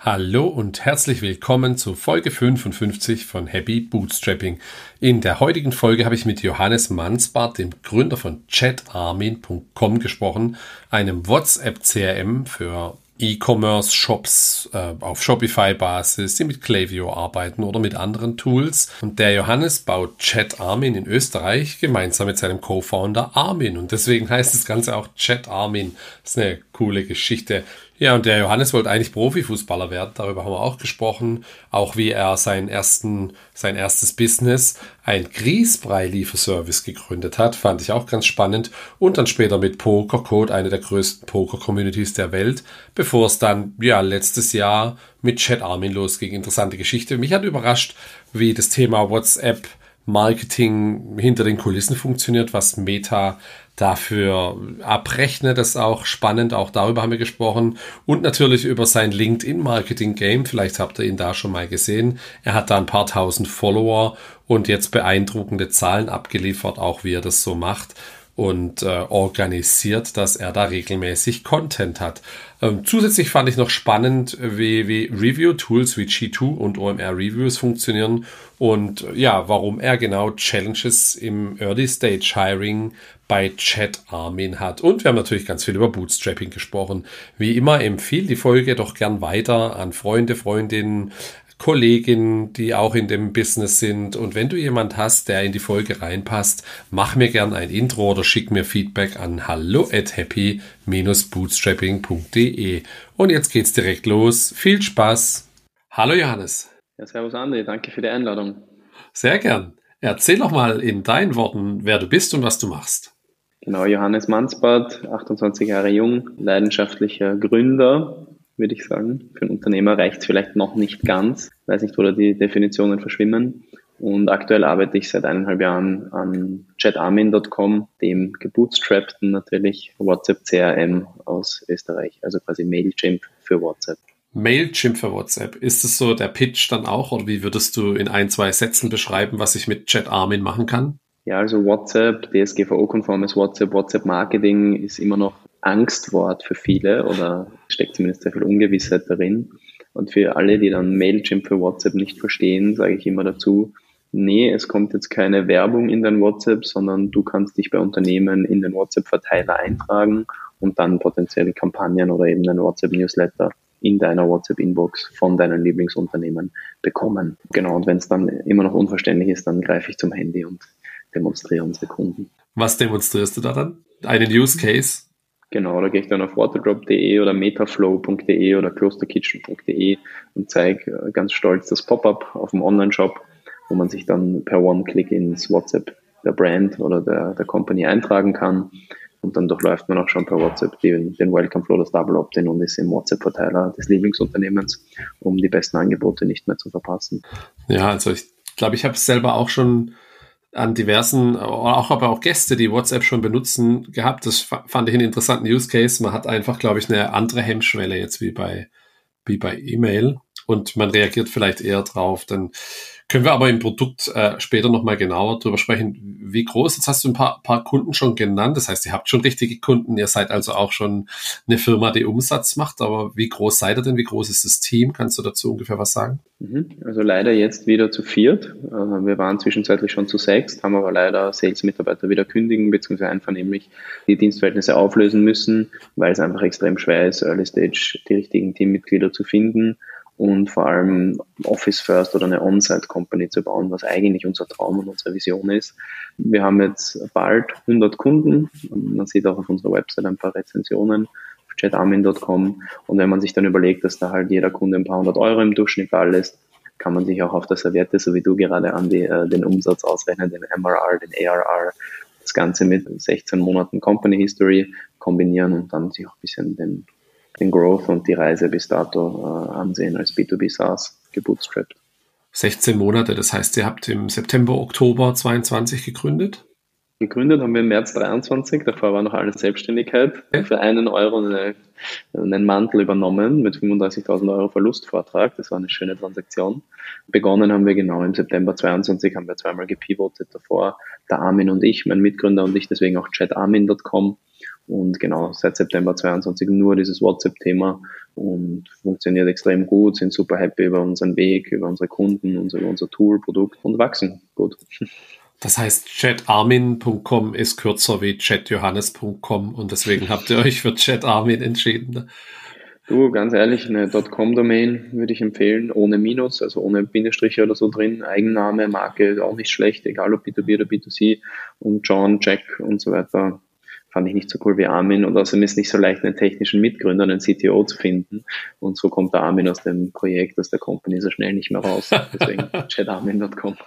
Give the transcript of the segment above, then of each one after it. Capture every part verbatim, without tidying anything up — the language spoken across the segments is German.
Hallo und herzlich willkommen zu Folge fünfundfünfzig von Happy Bootstrapping. In der heutigen Folge habe ich mit Johannes Mansbart, dem Gründer von chat armin punkt com, gesprochen, einem WhatsApp-C R M für E-Commerce-Shops äh, auf Shopify-Basis, die mit Klaviyo arbeiten oder mit anderen Tools. Und der Johannes baut chat armin in Österreich gemeinsam mit seinem Co-Founder Armin. Und deswegen heißt das Ganze auch chat armin. Das ist eine coole Geschichte. Ja, und der Johannes wollte eigentlich Profifußballer werden. Darüber haben wir auch gesprochen. Auch wie er seinen ersten, sein erstes Business, ein Grießbrei-Lieferservice, gegründet hat. Fand ich auch ganz spannend. Und dann später mit PokerCode, eine der größten Poker-Communities der Welt, bevor es dann, ja, letztes Jahr mit chat armin losging. Interessante Geschichte. Mich hat überrascht, wie das Thema WhatsApp Marketing hinter den Kulissen funktioniert, was Meta dafür abrechnet. Das ist auch spannend, auch darüber haben wir gesprochen. Und natürlich über sein LinkedIn-Marketing-Game. Vielleicht habt ihr ihn da schon mal gesehen. Er hat da ein paar tausend Follower und jetzt beeindruckende Zahlen abgeliefert, auch wie er das so macht und äh, organisiert, dass er da regelmäßig Content hat. Ähm, zusätzlich fand ich noch spannend, wie, wie Review-Tools wie G zwei und O M R-Reviews funktionieren und äh, ja, warum er genau Challenges im Early-Stage-Hiring bei chat armin hat. Und wir haben natürlich ganz viel über Bootstrapping gesprochen. Wie immer, empfehle die Folge doch gern weiter an Freunde, Freundinnen, Kolleginnen, die auch in dem Business sind. Und wenn du jemand hast, der in die Folge reinpasst, mach mir gern ein Intro oder schick mir Feedback an hallo at happy dash bootstrapping punkt de. Und jetzt geht's direkt los. Viel Spaß. Hallo Johannes. Ja, servus André, danke für die Einladung. Sehr gern. Erzähl doch mal in deinen Worten, wer du bist und was du machst. Genau, Johannes Mansbart, achtundzwanzig Jahre jung, leidenschaftlicher Gründer, würde ich sagen. Für einen Unternehmer reicht es vielleicht noch nicht ganz. Ich weiß nicht, wo da die Definitionen verschwimmen. Und aktuell arbeite ich seit eineinhalb Jahren an chat armin punkt com, dem gebootstrappten natürlich WhatsApp-C R M aus Österreich, also quasi Mailchimp für WhatsApp. Mailchimp für WhatsApp. Ist es so der Pitch dann auch, oder wie würdest du in ein, zwei Sätzen beschreiben, was ich mit chat armin machen kann? Ja, also WhatsApp, D S G V O-konformes WhatsApp, WhatsApp-Marketing ist immer noch Angstwort für viele oder steckt zumindest sehr viel Ungewissheit darin. Und für alle, die dann Mailchimp für WhatsApp nicht verstehen, sage ich immer dazu, nee, es kommt jetzt keine Werbung in dein WhatsApp, sondern du kannst dich bei Unternehmen in den WhatsApp-Verteiler eintragen und dann potenzielle Kampagnen oder eben einen WhatsApp-Newsletter in deiner WhatsApp-Inbox von deinen Lieblingsunternehmen bekommen. Genau, und wenn es dann immer noch unverständlich ist, dann greife ich zum Handy und demonstriere unsere Kunden. Was demonstrierst du da dann? Einen Use Case? Genau, da gehe ich dann auf waterdrop punkt de oder metaflow punkt de oder klosterkitchen punkt de und zeige ganz stolz das Pop-up auf dem Online-Shop, wo man sich dann per One-Click ins WhatsApp der Brand oder der, der Company eintragen kann. Und dann durchläuft man auch schon per WhatsApp den, den Welcome Flow, das Double Opt-in und ist im WhatsApp-Verteiler des Lieblingsunternehmens, um die besten Angebote nicht mehr zu verpassen. Ja, also ich glaube, ich habe es selber auch schon an diversen, auch aber auch Gäste, die WhatsApp schon benutzen, gehabt. Das fand ich einen interessanten Use Case. Man hat einfach, glaube ich, eine andere Hemmschwelle jetzt wie bei, wie bei E-Mail und man reagiert vielleicht eher drauf. Dann können wir aber im Produkt äh, später nochmal genauer drüber sprechen, wie groß. Jetzt hast du ein paar, paar Kunden schon genannt. Das heißt, ihr habt schon richtige Kunden. Ihr seid also auch schon eine Firma, die Umsatz macht. Aber wie groß seid ihr denn? Wie groß ist das Team? Kannst du dazu ungefähr was sagen? Also leider jetzt wieder zu viert. Wir waren zwischenzeitlich schon zu sechs, haben aber leider Sales-Mitarbeiter wieder kündigen bzw. einvernehmlich die Dienstverhältnisse auflösen müssen, weil es einfach extrem schwer ist, Early Stage die richtigen Teammitglieder zu finden und vor allem Office First oder eine On-Site-Company zu bauen, was eigentlich unser Traum und unsere Vision ist. Wir haben jetzt bald hundert Kunden. Man sieht auch auf unserer Website ein paar Rezensionen. chat armin punkt com, und wenn man sich dann überlegt, dass da halt jeder Kunde ein paar hundert Euro im Durchschnitt lässt, kann man sich auch auf der Serviette, so wie du gerade, Andi, den Umsatz ausrechnen, den M R R, den A R R, das Ganze mit sechzehn Monaten Company History kombinieren und dann sich auch ein bisschen den, den Growth und die Reise bis dato äh, ansehen als B zwei B SaaS gebootstrapped. sechzehn Monate, das heißt, ihr habt im September, Oktober zweiundzwanzig gegründet? Gegründet haben wir im März dreiundzwanzig, davor war noch alles Selbstständigkeit. Okay. Für einen Euro eine, einen Mantel übernommen mit fünfunddreißigtausend Euro Verlustvortrag. Das war eine schöne Transaktion. Begonnen haben wir genau im September zweiundzwanzig, haben wir zweimal gepivotet davor. Der Armin und ich, mein Mitgründer und ich, deswegen auch chat armin punkt com. Und genau, seit September zweiundzwanzig nur dieses WhatsApp-Thema und funktioniert extrem gut, sind super happy über unseren Weg, über unsere Kunden, und über unser Tool, Produkt und wachsen gut. Das heißt, chatarmin punkt com ist kürzer wie chatjohannes punkt com und deswegen habt ihr euch für Chatarmin entschieden. Du, ganz ehrlich, eine .com-Domain würde ich empfehlen, ohne Minus, also ohne Bindestriche oder so drin. Eigenname, Marke ist auch nicht schlecht, egal ob B zwei B oder B zwei C. Und John, Jack und so weiter fand ich nicht so cool wie Armin. Und außerdem ist es nicht so leicht, einen technischen Mitgründer, einen C T O zu finden. Und so kommt der Armin aus dem Projekt, aus der Company so schnell nicht mehr raus. Deswegen chatarmin punkt com.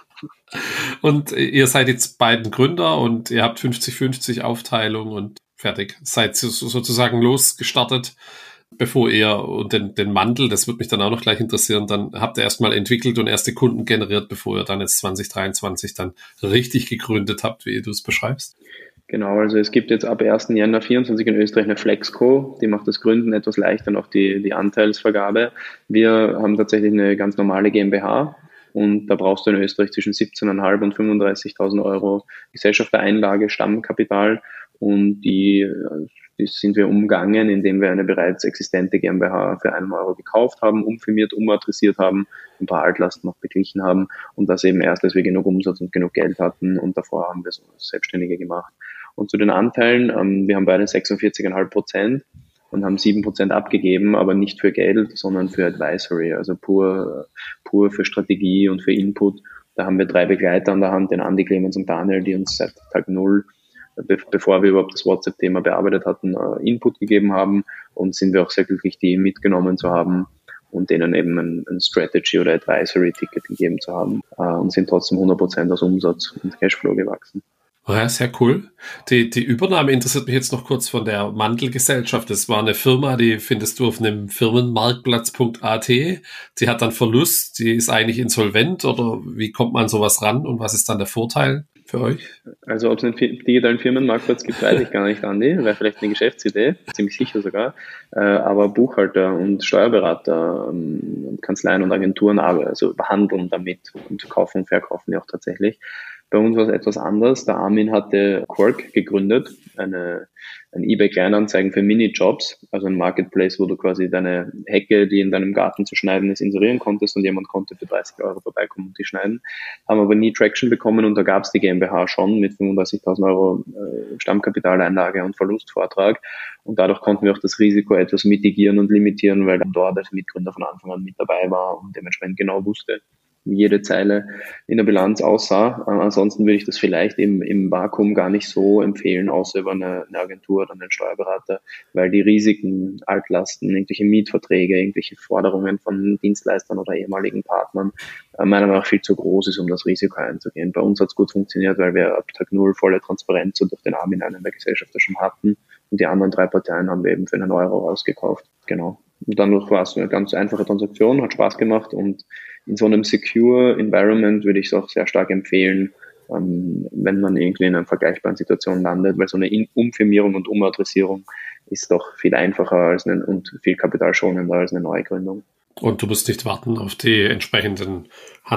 Und ihr seid jetzt beiden Gründer und ihr habt fünfzig fünfzig Aufteilung und fertig. Seid sozusagen losgestartet. Bevor ihr und den, den Mantel, das würde mich dann auch noch gleich interessieren, dann habt ihr erstmal entwickelt und erste Kunden generiert, bevor ihr dann jetzt zwanzig dreiundzwanzig dann richtig gegründet habt, wie du es beschreibst. Genau, also es gibt jetzt ab ersten Jänner vierundzwanzig in Österreich eine Flexco, die macht das Gründen etwas leichter, noch die, die Anteilsvergabe. Wir haben tatsächlich eine ganz normale GmbH und da brauchst du in Österreich zwischen siebzehntausendfünfhundert und fünfunddreißigtausend Euro Gesellschaftereinlage, Stammkapital, und die Das sind wir umgangen, indem wir eine bereits existente GmbH für einen Euro gekauft haben, umfirmiert, umadressiert haben, ein paar Altlasten noch beglichen haben und das eben erst, als wir genug Umsatz und genug Geld hatten, und davor haben wir so Selbstständige gemacht. Und zu den Anteilen, ähm, wir haben beide sechsundvierzig Komma fünf Prozent und haben sieben Prozent abgegeben, aber nicht für Geld, sondern für Advisory, also pur, pur für Strategie und für Input. Da haben wir drei Begleiter an der Hand, den Andi, Clemens und Daniel, die uns seit Tag Null, bevor wir überhaupt das WhatsApp-Thema bearbeitet hatten, Input gegeben haben, und sind wir auch sehr glücklich, die mitgenommen zu haben und denen eben ein, ein Strategy- oder Advisory-Ticket gegeben zu haben, und sind trotzdem hundert Prozent aus Umsatz und Cashflow gewachsen. Ja, sehr cool. Die, die Übernahme interessiert mich jetzt noch kurz von der Mantelgesellschaft. Das war eine Firma, die findest du auf einem Firmenmarktplatz punkt a t. Die hat dann Verlust, die ist eigentlich insolvent, oder wie kommt man an sowas ran und was ist dann der Vorteil für euch? Also ob es einen digitalen Firmenmarktplatz gibt, weiß ich gar nicht, Andi. Wäre vielleicht eine Geschäftsidee, ziemlich sicher sogar. Aber Buchhalter und Steuerberater und Kanzleien und Agenturen also handeln damit und kaufen und verkaufen die auch tatsächlich. Bei uns war es etwas anders. Der Armin hatte Quark gegründet, eine, ein eBay-Kleinanzeigen für Minijobs, also ein Marketplace, wo du quasi deine Hecke, die in deinem Garten zu schneiden ist, inserieren konntest, und jemand konnte für dreißig Euro vorbeikommen und die schneiden. Haben aber nie Traction bekommen, und da gab es die GmbH schon mit fünfunddreißigtausend Euro äh, Stammkapitaleinlage und Verlustvortrag, und dadurch konnten wir auch das Risiko etwas mitigieren und limitieren, weil dann dort als Mitgründer von Anfang an mit dabei war und dementsprechend genau wusste, wie jede Zeile in der Bilanz aussah. Äh, ansonsten würde ich das vielleicht im, im Vakuum gar nicht so empfehlen, außer über eine, eine Agentur oder einen Steuerberater, weil die Risiken, Altlasten, irgendwelche Mietverträge, irgendwelche Forderungen von Dienstleistern oder ehemaligen Partnern äh, meiner Meinung nach viel zu groß ist, um das Risiko einzugehen. Bei uns hat es gut funktioniert, weil wir ab Tag Null volle Transparenz und durch den Armin einen der Gesellschafter schon hatten, und die anderen drei Parteien haben wir eben für einen Euro rausgekauft. Genau. Und dadurch war es eine ganz einfache Transaktion, hat Spaß gemacht, und in so einem secure Environment würde ich es auch sehr stark empfehlen, ähm, wenn man irgendwie in einer vergleichbaren Situation landet, weil so eine Umfirmierung und Umadressierung ist doch viel einfacher als eine, und viel kapitalschonender als eine Neugründung. Und du musst nicht warten auf die entsprechenden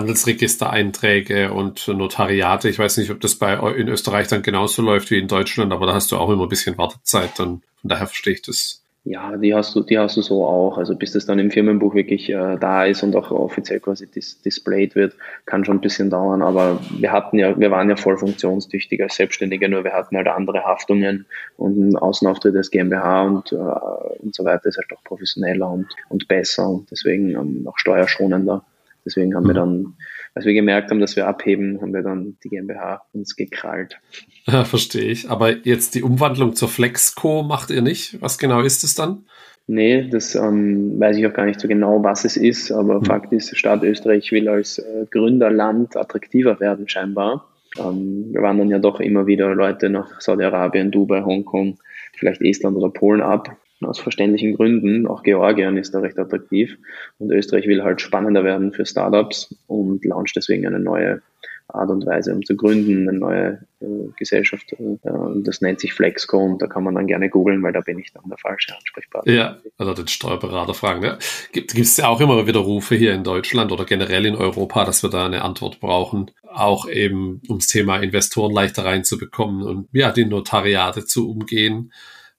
Handelsregistereinträge und Notariate. Ich weiß nicht, ob das bei in Österreich dann genauso läuft wie in Deutschland, aber da hast du auch immer ein bisschen Wartezeit. Dann, von daher verstehe ich das. Ja, die hast du, die hast du so auch. Also bis das dann im Firmenbuch wirklich äh, da ist und auch offiziell quasi dis- displayed wird, kann schon ein bisschen dauern. Aber wir hatten ja, wir waren ja voll funktionstüchtig als Selbstständige, nur wir hatten halt andere Haftungen, und ein Außenauftritt als GmbH und, äh, und so weiter ist halt doch professioneller und, und besser und deswegen ähm, auch steuerschonender. Deswegen haben mhm. wir dann, als wir gemerkt haben, dass wir abheben, haben wir dann die GmbH uns gekrallt. Ja, verstehe ich. Aber jetzt die Umwandlung zur Flexco macht ihr nicht? Was genau ist es dann? Nee, das ähm, weiß ich auch gar nicht so genau, was es ist. Aber mhm. Fakt ist, der Staat Österreich will als äh, Gründerland attraktiver werden scheinbar. Ähm, wir wandern ja doch immer wieder Leute nach Saudi-Arabien, Dubai, Hongkong, vielleicht Estland oder Polen ab. Aus verständlichen Gründen, auch Georgien ist da recht attraktiv, und Österreich will halt spannender werden für Startups und launcht deswegen eine neue Art und Weise, um zu gründen, eine neue äh, Gesellschaft, äh, das nennt sich Flexco, und da kann man dann gerne googeln, weil da bin ich dann der falsche Ansprechpartner. Ja, also den Steuerberater fragen. Ne? Gibt es ja auch immer wieder Rufe hier in Deutschland oder generell in Europa, dass wir da eine Antwort brauchen, auch eben ums Thema Investoren leichter reinzubekommen und ja, die Notariate zu umgehen.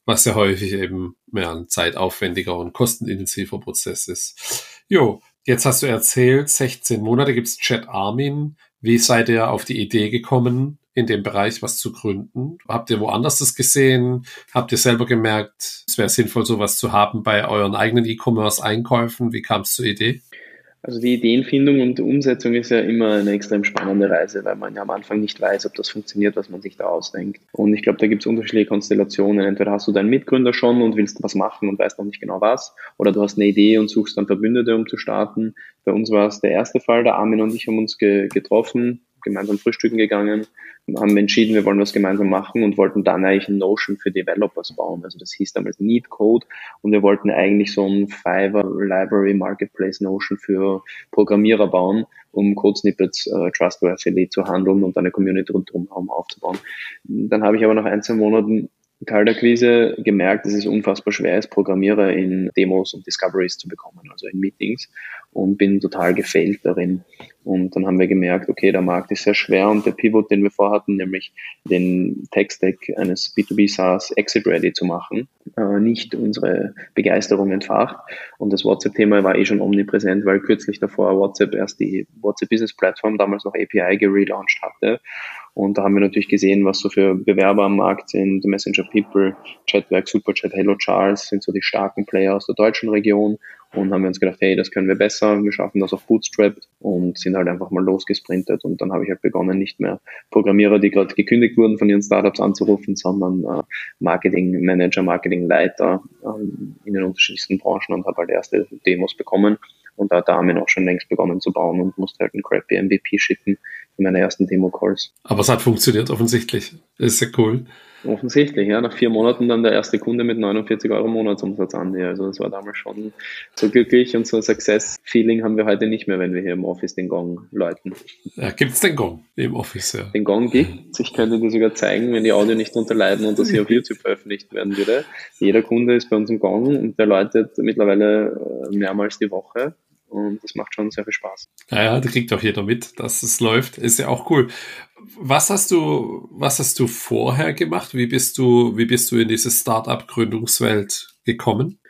was ja häufig eben mehr ein zeitaufwendiger und kostenintensiver Prozess ist. Jo, jetzt hast du erzählt, sechzehn Monate gibt's Chat Armin. Wie seid ihr auf die Idee gekommen, in dem Bereich was zu gründen? Habt ihr woanders das gesehen? Habt ihr selber gemerkt, es wäre sinnvoll, sowas zu haben bei euren eigenen E-Commerce-Einkäufen? Wie kam es zur Idee? Also die Ideenfindung und Umsetzung ist ja immer eine extrem spannende Reise, weil man ja am Anfang nicht weiß, ob das funktioniert, was man sich da ausdenkt. Und ich glaube, da gibt es unterschiedliche Konstellationen. Entweder hast du deinen Mitgründer schon und willst was machen und weißt noch nicht genau was, oder du hast eine Idee und suchst dann Verbündete, um zu starten. Bei uns war es der erste Fall, der Armin und ich haben uns ge- getroffen, gemeinsam frühstücken gegangen, haben entschieden, wir wollen was gemeinsam machen und wollten dann eigentlich ein Notion für Developers bauen. Also das hieß damals Neat Code und wir wollten eigentlich so ein Fiverr Library Marketplace Notion für Programmierer bauen, um Code-Snippets äh, trustworthily zu handeln und eine Community rundherum aufzubauen. Dann habe ich aber nach ein, zwei Monaten Kaltakquise gemerkt, dass es unfassbar schwer ist, Programmierer in Demos und Discoveries zu bekommen, also in Meetings, und bin total gefailt darin. Und dann haben wir gemerkt, okay, der Markt ist sehr schwer und der Pivot, den wir vorhatten, nämlich den Tech-Stack eines B zwei B SaaS Exit-Ready zu machen, äh, nicht unsere Begeisterung entfacht. Und das WhatsApp-Thema war eh schon omnipräsent, weil kürzlich davor WhatsApp erst die WhatsApp Business Platform, damals noch A P I, gelauncht hatte. Und da haben wir natürlich gesehen, was so für Bewerber am Markt sind. Messenger People, Chatwerk, Superchat, Hello Charles sind so die starken Player aus der deutschen Region. Und haben wir uns gedacht, hey, das können wir besser, wir schaffen das auf Bootstrap und sind halt einfach mal losgesprintet. Und dann habe ich halt begonnen, nicht mehr Programmierer, die gerade gekündigt wurden, von ihren Startups anzurufen, sondern äh, Marketing-Manager, Marketingleiter äh, in den unterschiedlichsten Branchen und habe halt erste Demos bekommen. Und da hat der Armin auch schon längst begonnen zu bauen und musste halt einen crappy M V P schicken für meine ersten Demo-Calls. Aber es hat funktioniert offensichtlich. Das ist ja cool. Offensichtlich, ja. Nach vier Monaten dann der erste Kunde mit neunundvierzig Euro Monatsumsatz an dir. Also das war damals schon so glücklich und so ein Success-Feeling haben wir heute nicht mehr, wenn wir hier im Office den Gong läuten. Ja, gibt's den Gong im Office, ja. Den Gong gibt's. Ich könnte dir sogar zeigen, wenn die Audio nicht drunter leiden und das hier auf YouTube veröffentlicht werden würde. Jeder Kunde ist bei uns im Gong und der läutet mittlerweile mehrmals die Woche. Und das macht schon sehr viel Spaß. Ja, ja, da kriegt auch jeder mit, dass es läuft. Ist ja auch cool. Was hast du, was hast du vorher gemacht? Wie bist du, wie bist du in diese Start-up-Gründungswelt gekommen?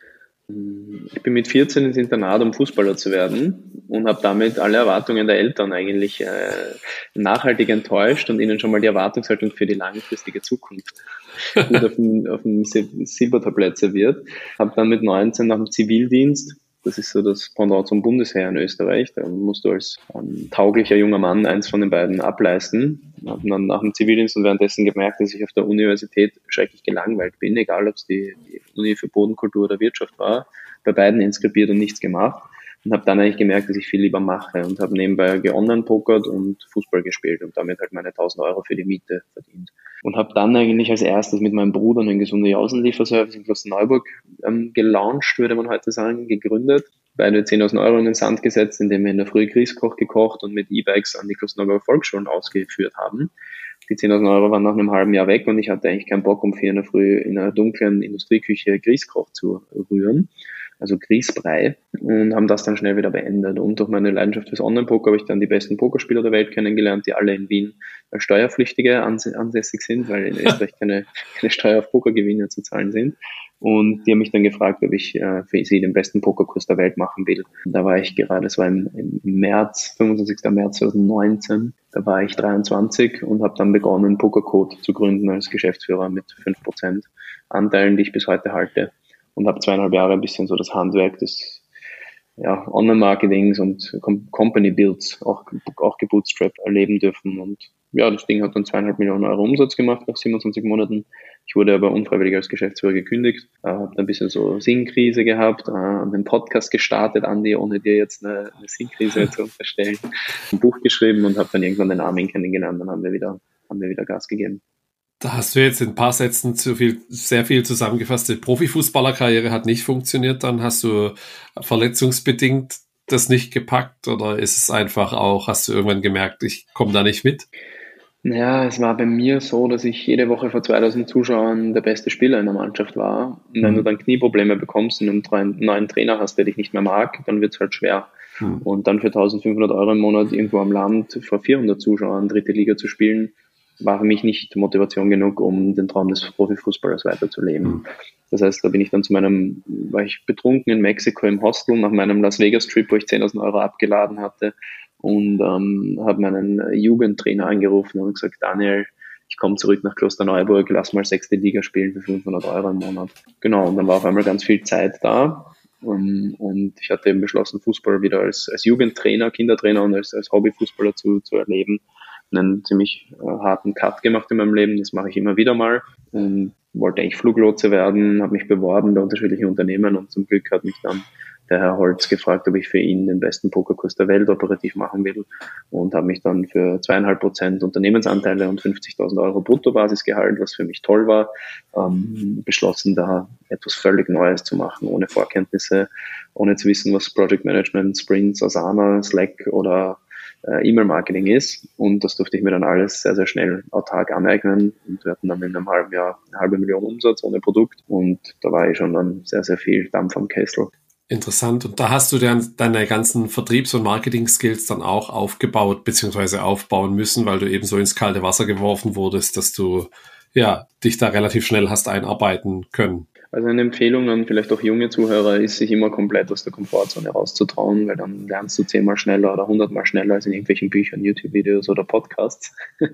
Ich bin mit vierzehn ins Internat, um Fußballer zu werden und habe damit alle Erwartungen der Eltern eigentlich äh, nachhaltig enttäuscht und ihnen schon mal die Erwartungshaltung für die langfristige Zukunft gut auf dem, auf dem Silbertablett serviert. Habe dann mit neunzehn nach dem Zivildienst, das ist so das Pendant zum Bundesheer in Österreich. Da musst du als ähm, tauglicher junger Mann eins von den beiden ableisten. Habe dann nach dem Zivildienst und währenddessen gemerkt, dass ich auf der Universität schrecklich gelangweilt bin, egal ob es die, die Uni für Bodenkultur oder Wirtschaft war. Bei beiden inskribiert und nichts gemacht. Und habe dann eigentlich gemerkt, dass ich viel lieber mache und habe nebenbei geonline-pokert und Fußball gespielt und damit halt meine tausend Euro für die Miete verdient. Und habe dann eigentlich als erstes mit meinem Bruder einen gesunde Jausenlieferservice in Klosterneuburg ähm, gelauncht, würde man heute sagen, gegründet. Beide zehntausend Euro in den Sand gesetzt, indem wir in der Früh Grießkoch gekocht und mit E-Bikes an die Klosterneuburger Volksschulen ausgeführt haben. Die zehntausend Euro waren nach einem halben Jahr weg und ich hatte eigentlich keinen Bock, um vier in der Früh in einer dunklen Industrieküche Grießkoch zu rühren. Also Grießbrei, und haben das dann schnell wieder beendet. Und durch meine Leidenschaft fürs Online-Poker habe ich dann die besten Pokerspieler der Welt kennengelernt, die alle in Wien als Steuerpflichtige ansässig sind, weil in Österreich keine, keine Steuer auf Pokergewinne zu zahlen sind. Und die haben mich dann gefragt, ob ich äh, für sie den besten Pokerkurs der Welt machen will. Und da war ich gerade, es war im, im März, fünfundzwanzigsten März zweitausendneunzehn, da war ich dreiundzwanzig und habe dann begonnen, Pokercode zu gründen als Geschäftsführer mit fünf Prozent Anteilen, die ich bis heute halte. Und habe zweieinhalb Jahre ein bisschen so das Handwerk des ja, Online-Marketings und Company-Builds auch, auch gebootstrapped erleben dürfen. Und ja, das Ding hat dann zweieinhalb Millionen Euro Umsatz gemacht nach siebenundzwanzig Monaten. Ich wurde aber unfreiwillig als Geschäftsführer gekündigt, äh, habe ein bisschen so Sinnkrise gehabt, äh, einen Podcast gestartet, Andi, ohne dir jetzt eine, eine Sinnkrise zu unterstellen, ein Buch geschrieben und habe dann irgendwann den Armin kennengelernt. Dann haben wir wieder, haben wir wieder Gas gegeben. Da hast du jetzt in ein paar Sätzen zu viel, sehr viel zusammengefasst. Die Profifußballerkarriere hat nicht funktioniert. Dann hast du verletzungsbedingt das nicht gepackt, oder ist es einfach auch, hast du irgendwann gemerkt, ich komme da nicht mit? Naja, es war bei mir so, dass ich jede Woche vor zweitausend Zuschauern der beste Spieler in der Mannschaft war. Und wenn mhm. du dann Knieprobleme bekommst und einen neuen Trainer hast, der dich nicht mehr mag, dann wird es halt schwer. Mhm. Und dann für eintausendfünfhundert Euro im Monat irgendwo am Land vor vierhundert Zuschauern dritte Liga zu spielen, war für mich nicht Motivation genug, um den Traum des Profifußballers weiterzuleben. Mhm. Das heißt, da bin ich dann zu meinem, war ich betrunken in Mexiko im Hostel nach meinem Las Vegas Trip, wo ich zehntausend Euro abgeladen hatte und ähm, habe meinen Jugendtrainer angerufen und gesagt, Daniel, ich komme zurück nach Klosterneuburg, lass mal sechste Liga spielen für fünfhundert Euro im Monat. Genau, und dann war auf einmal ganz viel Zeit da. Um, und ich hatte eben beschlossen, Fußball wieder als, als Jugendtrainer, Kindertrainer und als, als Hobbyfußballer zu, zu erleben. Einen ziemlich äh, harten Cut gemacht in meinem Leben, das mache ich immer wieder mal. Und wollte eigentlich Fluglotse werden, habe mich beworben bei unterschiedlichen Unternehmen und zum Glück hat mich dann der Herr Holz gefragt, ob ich für ihn den besten Pokerkurs der Welt operativ machen will und habe mich dann für zweieinhalb Prozent Unternehmensanteile und fünfzigtausend Euro Bruttobasisgehalt, was für mich toll war, ähm, beschlossen, da etwas völlig Neues zu machen, ohne Vorkenntnisse, ohne zu wissen, was Project Management, Sprints, Asana, Slack oder äh, E-Mail-Marketing ist. Und das durfte ich mir dann alles sehr, sehr schnell autark aneignen. Und wir hatten dann in einem halben Jahr eine halbe Million Umsatz ohne Produkt. Und da war ich schon dann sehr, sehr viel Dampf am Kessel. Interessant. Und da hast du dann deine ganzen Vertriebs- und Marketing-Skills dann auch aufgebaut bzw. aufbauen müssen, weil du eben so ins kalte Wasser geworfen wurdest, dass du ja dich da relativ schnell hast einarbeiten können. Also eine Empfehlung an vielleicht auch junge Zuhörer ist, sich immer komplett aus der Komfortzone rauszutrauen, weil dann lernst du zehnmal schneller oder hundertmal schneller als in irgendwelchen Büchern, YouTube-Videos oder Podcasts.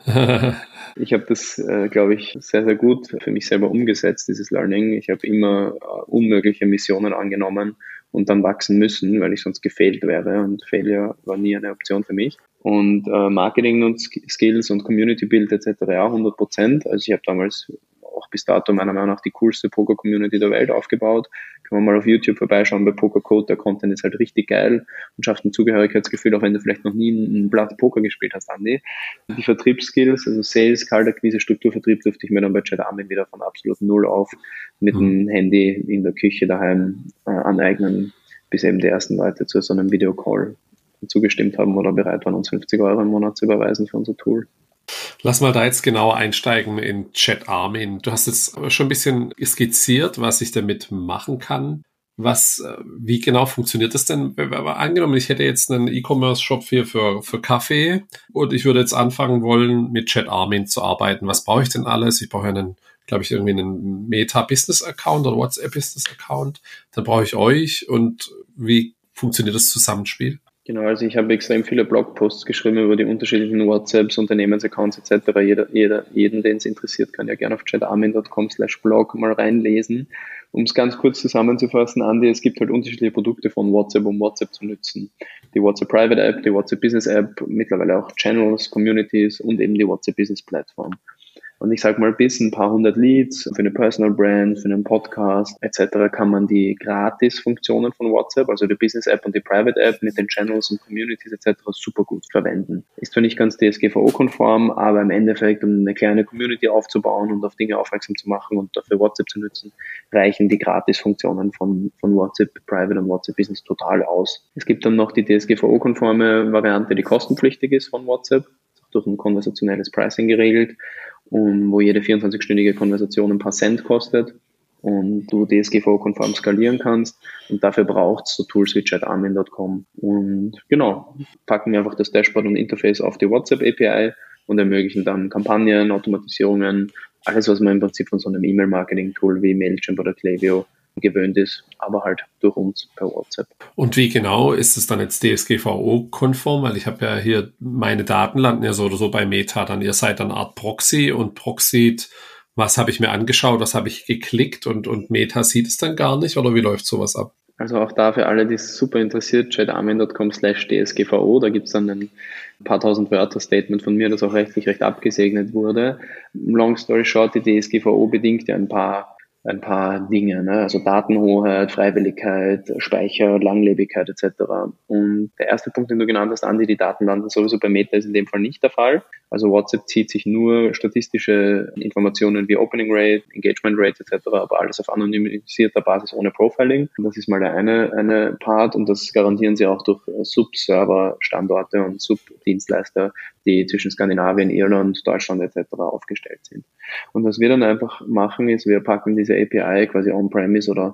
Ich habe das, äh, glaube ich, sehr, sehr gut für mich selber umgesetzt, dieses Learning. Ich habe immer äh, unmögliche Missionen angenommen und dann wachsen müssen, weil ich sonst gefailt wäre und Failure war nie eine Option für mich. Und äh, Marketing und Skills und Community Build et cetera ja, hundert Prozent. Also ich habe damals auch bis dato meiner Meinung nach die coolste Poker-Community der Welt aufgebaut. Kann man mal auf YouTube vorbeischauen bei PokerCode, der Content ist halt richtig geil und schafft ein Zugehörigkeitsgefühl, auch wenn du vielleicht noch nie ein Blatt Poker gespielt hast, Andi. Die Vertriebsskills, also Sales, Kaltakquise, Strukturvertrieb, durfte ich mir dann bei Chat Armin wieder von absolut null auf mit dem Handy in der Küche daheim äh, aneignen, bis eben die ersten Leute zu so einem Videocall zugestimmt haben oder bereit waren, uns fünfzig Euro im Monat zu überweisen für unser Tool. Lass mal da jetzt genauer einsteigen in Chat Armin. Du hast jetzt schon ein bisschen skizziert, was ich damit machen kann. Was, wie genau funktioniert das denn? Angenommen, ich hätte jetzt einen E-Commerce-Shop hier für, für Kaffee und ich würde jetzt anfangen wollen, mit Chat Armin zu arbeiten. Was brauche ich denn alles? Ich brauche einen, glaube ich, irgendwie einen Meta-Business-Account oder WhatsApp-Business-Account. Dann brauche ich euch. Und wie funktioniert das Zusammenspiel? Genau, also ich habe extrem viele Blogposts geschrieben über die unterschiedlichen WhatsApps, Unternehmensaccounts et cetera. Jeder, jeder, jeden, den es interessiert, kann ja gerne auf chatarmin punkt com slash blog mal reinlesen. Um es ganz kurz zusammenzufassen, Andi, es gibt halt unterschiedliche Produkte von WhatsApp, um WhatsApp zu nutzen. Die WhatsApp Private App, die WhatsApp Business App, mittlerweile auch Channels, Communities und eben die WhatsApp Business Plattform. Und ich sage mal, bis ein paar hundert Leads für eine Personal Brand, für einen Podcast et cetera kann man die Gratis-Funktionen von WhatsApp, also die Business-App und die Private-App mit den Channels und Communities et cetera super gut verwenden. Ist zwar nicht ganz D S G V O-konform, aber im Endeffekt, um eine kleine Community aufzubauen und auf Dinge aufmerksam zu machen und dafür WhatsApp zu nutzen, reichen die Gratis-Funktionen von, von WhatsApp Private und WhatsApp Business total aus. Es gibt dann noch die D S G V O-konforme Variante, die kostenpflichtig ist von WhatsApp, durch ein konversationelles Pricing geregelt, und wo jede vierundzwanzigstündige Konversation ein paar Cent kostet und du D S G V O-konform skalieren kannst. Und dafür braucht es so Tools wie chatarmin punkt com. Und genau, packen wir einfach das Dashboard und Interface auf die WhatsApp-A P I und ermöglichen dann Kampagnen, Automatisierungen, alles, was man im Prinzip von so einem E-Mail-Marketing-Tool wie Mailchimp oder Klaviyo gewöhnt ist, aber halt durch uns per WhatsApp. Und wie genau ist es dann jetzt D S G V O-konform? Weil ich habe ja hier, meine Daten landen ja so oder so bei Meta, dann ihr seid eine Art Proxy und Proxy, was habe ich mir angeschaut, was habe ich geklickt und, und Meta sieht es dann gar nicht oder wie läuft sowas ab? Also auch da für alle, die es super interessiert, chatarmin punkt com slash D S G V O, da gibt es dann ein paar tausend Wörter Statement von mir, das auch rechtlich recht abgesegnet wurde. Long story short, die D S G V O bedingt ja ein paar ein paar Dinge, ne? Also Datenhoheit, Freiwilligkeit, Speicher, Langlebigkeit et cetera. Und der erste Punkt, den du genannt hast, Andi, die Daten landen sowieso bei Meta, ist in dem Fall nicht der Fall. Also WhatsApp zieht sich nur statistische Informationen wie Opening Rate, Engagement Rate et cetera, aber alles auf anonymisierter Basis ohne Profiling. Und das ist mal der eine, eine Part und das garantieren sie auch durch Sub-Server-Standorte und Sub-Dienstleister, die zwischen Skandinavien, Irland, Deutschland et cetera aufgestellt sind. Und was wir dann einfach machen, ist, wir packen diese A P I quasi on-premise oder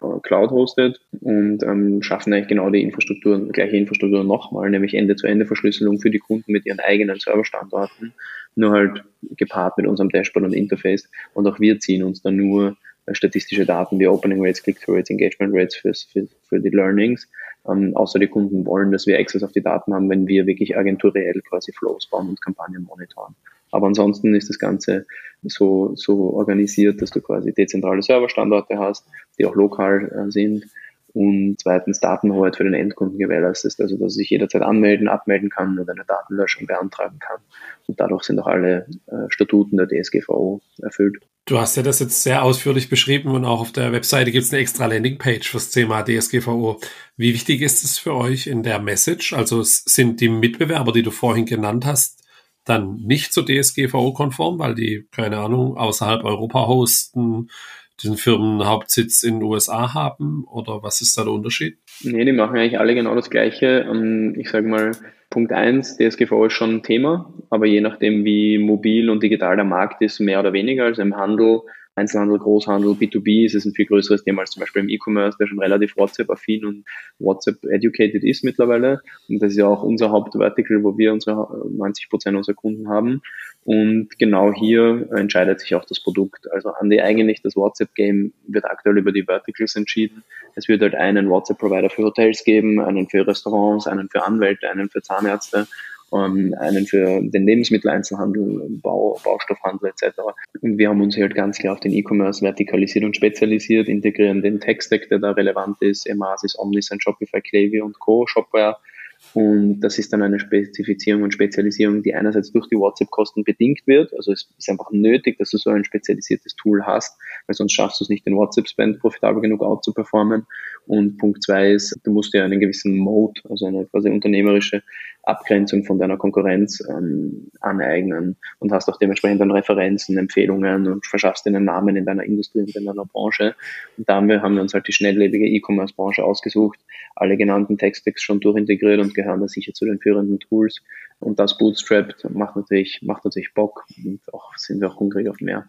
Cloud hostet und ähm, schaffen eigentlich genau die Infrastruktur, gleiche Infrastruktur nochmal, nämlich Ende-zu-Ende-Verschlüsselung für die Kunden mit ihren eigenen Serverstandorten, nur halt gepaart mit unserem Dashboard und Interface. Und auch wir ziehen uns dann nur statistische Daten wie Opening Rates, Click-Through Rates, Engagement Rates für, für, für die Learnings. Ähm, außer die Kunden wollen, dass wir Access auf die Daten haben, wenn wir wirklich agenturell quasi Flows bauen und Kampagnen monitoren. Aber ansonsten ist das Ganze so, so organisiert, dass du quasi dezentrale Serverstandorte hast, die auch lokal äh, sind. Und zweitens Datenhoheit für den Endkunden gewährleistet, also dass er sich jederzeit anmelden, abmelden kann und eine Datenlöschung beantragen kann. Und dadurch sind auch alle äh, Statuten der D S G V O erfüllt. Du hast ja das jetzt sehr ausführlich beschrieben und auch auf der Webseite gibt es eine extra Landingpage fürs Thema D S G V O. Wie wichtig ist es für euch in der Message? Also sind die Mitbewerber, die du vorhin genannt hast, dann nicht so D S G V O-konform, weil die, keine Ahnung, außerhalb Europa hosten, diesen Firmenhauptsitz in den U S A haben? Oder was ist da der Unterschied? Nee, die machen eigentlich alle genau das Gleiche. Ich sage mal, Punkt eins, D S G V O ist schon ein Thema, aber je nachdem, wie mobil und digital der Markt ist, mehr oder weniger. Also im Handel, Einzelhandel, Großhandel, B zwei B ist es ein viel größeres Thema als zum Beispiel im E-Commerce, der schon relativ WhatsApp-affin und WhatsApp-educated ist mittlerweile. Und das ist ja auch unser Hauptvertical, wo wir unsere neunzig Prozent unserer Kunden haben. Und genau hier entscheidet sich auch das Produkt. Also Andi, eigentlich das WhatsApp-Game wird aktuell über die Verticals entschieden. Es wird halt einen WhatsApp-Provider für Hotels geben, einen für Restaurants, einen für Anwälte, einen für Zahnärzte, um, einen für den Lebensmitteleinzelhandel, Bau, Baustoffhandel et cetera. Und wir haben uns halt ganz klar auf den E-Commerce vertikalisiert und spezialisiert, integrieren den Tech-Stack, der da relevant ist, Emasis, Omnisend, Shopify, Klaviyo und Co., Shopware. Und das ist dann eine Spezifizierung und Spezialisierung, die einerseits durch die WhatsApp-Kosten bedingt wird. Also es ist einfach nötig, dass du so ein spezialisiertes Tool hast, weil sonst schaffst du es nicht, den WhatsApp-Spend profitabel genug out zu performen. Und Punkt zwei ist, du musst dir einen gewissen Mode, also eine quasi unternehmerische Abgrenzung von deiner Konkurrenz ähm, aneignen und hast auch dementsprechend dann Referenzen, Empfehlungen und verschaffst dir einen Namen in deiner Industrie und in deiner Branche. Und da haben wir, haben wir uns halt die schnelllebige E-Commerce-Branche ausgesucht, alle genannten Tech-Stacks schon durchintegriert und gehören da sicher zu den führenden Tools. Und das bootstrapped macht natürlich, macht natürlich Bock und auch sind wir auch hungrig auf mehr.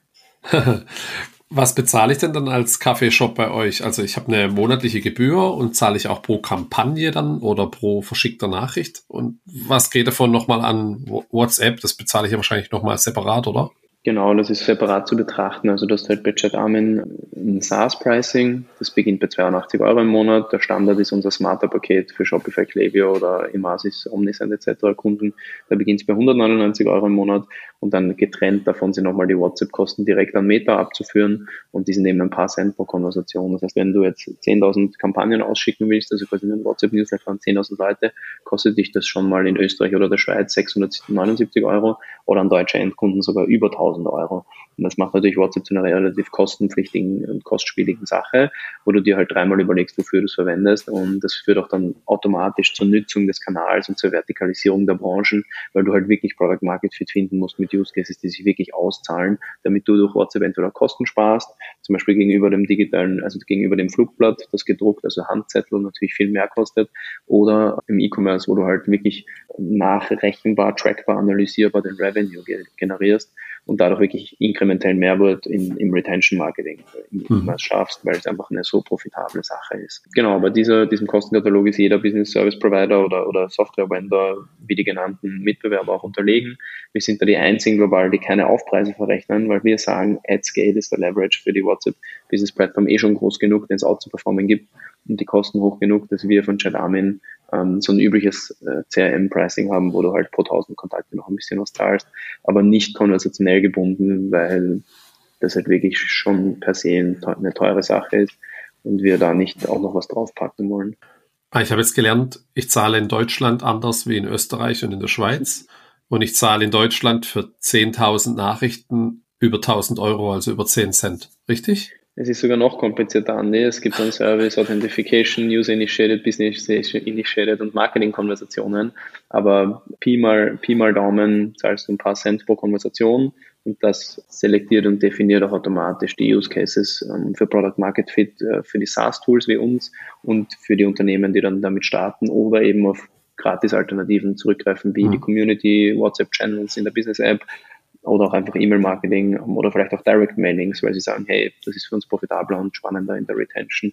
Was bezahle ich denn dann als Kaffeeshop bei euch? Also ich habe eine monatliche Gebühr und zahle ich auch pro Kampagne dann oder pro verschickter Nachricht? Und was geht davon nochmal an WhatsApp? Das bezahle ich ja wahrscheinlich nochmal separat, oder? Genau, das ist separat zu betrachten. Also du hast halt bei ChatArmin ein SaaS-Pricing, das beginnt bei zweiundachtzig Euro im Monat. Der Standard ist unser Smarter-Paket für Shopify, Klaviyo oder Emasis, Omnisend et cetera Kunden. Da beginnt es bei hundertneunundneunzig Euro im Monat und dann getrennt davon sind nochmal die WhatsApp-Kosten direkt an Meta abzuführen und die sind eben ein paar Cent pro Konversation. Das heißt, wenn du jetzt zehntausend Kampagnen ausschicken willst, also quasi einen WhatsApp-Newsletter an zehntausend Leute, kostet dich das schon mal in Österreich oder der Schweiz sechshundertneunundsiebzig Euro oder an deutsche Endkunden sogar über tausend Euro. Und das macht natürlich WhatsApp zu einer relativ kostenpflichtigen und kostspieligen Sache, wo du dir halt dreimal überlegst, wofür du es verwendest. Und das führt auch dann automatisch zur Nutzung des Kanals und zur Vertikalisierung der Branchen, weil du halt wirklich Product Market Fit finden musst mit Use Cases, die sich wirklich auszahlen, damit du durch WhatsApp entweder Kosten sparst, zum Beispiel gegenüber dem digitalen, also gegenüber dem Flugblatt, das gedruckt, also Handzettel natürlich viel mehr kostet, oder im E-Commerce, wo du halt wirklich nachrechenbar, trackbar, analysierbar den Revenue generierst und dadurch wirklich inkrementellen Mehrwert in, im Retention-Marketing im E-Commerce schaffst, weil es einfach eine so profitable Sache ist. Genau, bei dieser, diesem Kostenkatalog ist jeder Business-Service-Provider oder, oder Software-Vendor, wie die genannten Mitbewerber, auch unterlegen. Wir sind da die einzigen global, die keine Aufpreise verrechnen, weil wir sagen, at scale ist der Leverage für die WhatsApp-Business-Plattform eh schon groß genug, den es out zu performen gibt und die Kosten hoch genug, dass wir von ChatArmin ähm, so ein übliches äh, C R M-Pricing haben, wo du halt pro tausend Kontakte noch ein bisschen was zahlst, aber nicht konversationell gebunden, weil das halt wirklich schon per se eine teure Sache ist und wir da nicht auch noch was draufpacken wollen. Ich habe jetzt gelernt, ich zahle in Deutschland anders wie in Österreich und in der Schweiz und ich zahle in Deutschland für zehntausend Nachrichten über tausend Euro, also über zehn Cent. Richtig? Es ist sogar noch komplizierter, Andi. Es gibt dann Service, Authentification, User-Initiated, Business-Initiated und Marketing-Konversationen. Aber Pi mal, Pi mal Daumen zahlst du ein paar Cent pro Konversation und das selektiert und definiert auch automatisch die Use Cases ähm, für Product Market Fit, äh, für die SaaS-Tools wie uns und für die Unternehmen, die dann damit starten oder eben auf Gratis-Alternativen zurückgreifen, wie mhm. die Community, WhatsApp-Channels in der Business-App, oder auch einfach E-Mail-Marketing oder vielleicht auch Direct-Mailings, weil sie sagen, hey, das ist für uns profitabler und spannender in der Retention.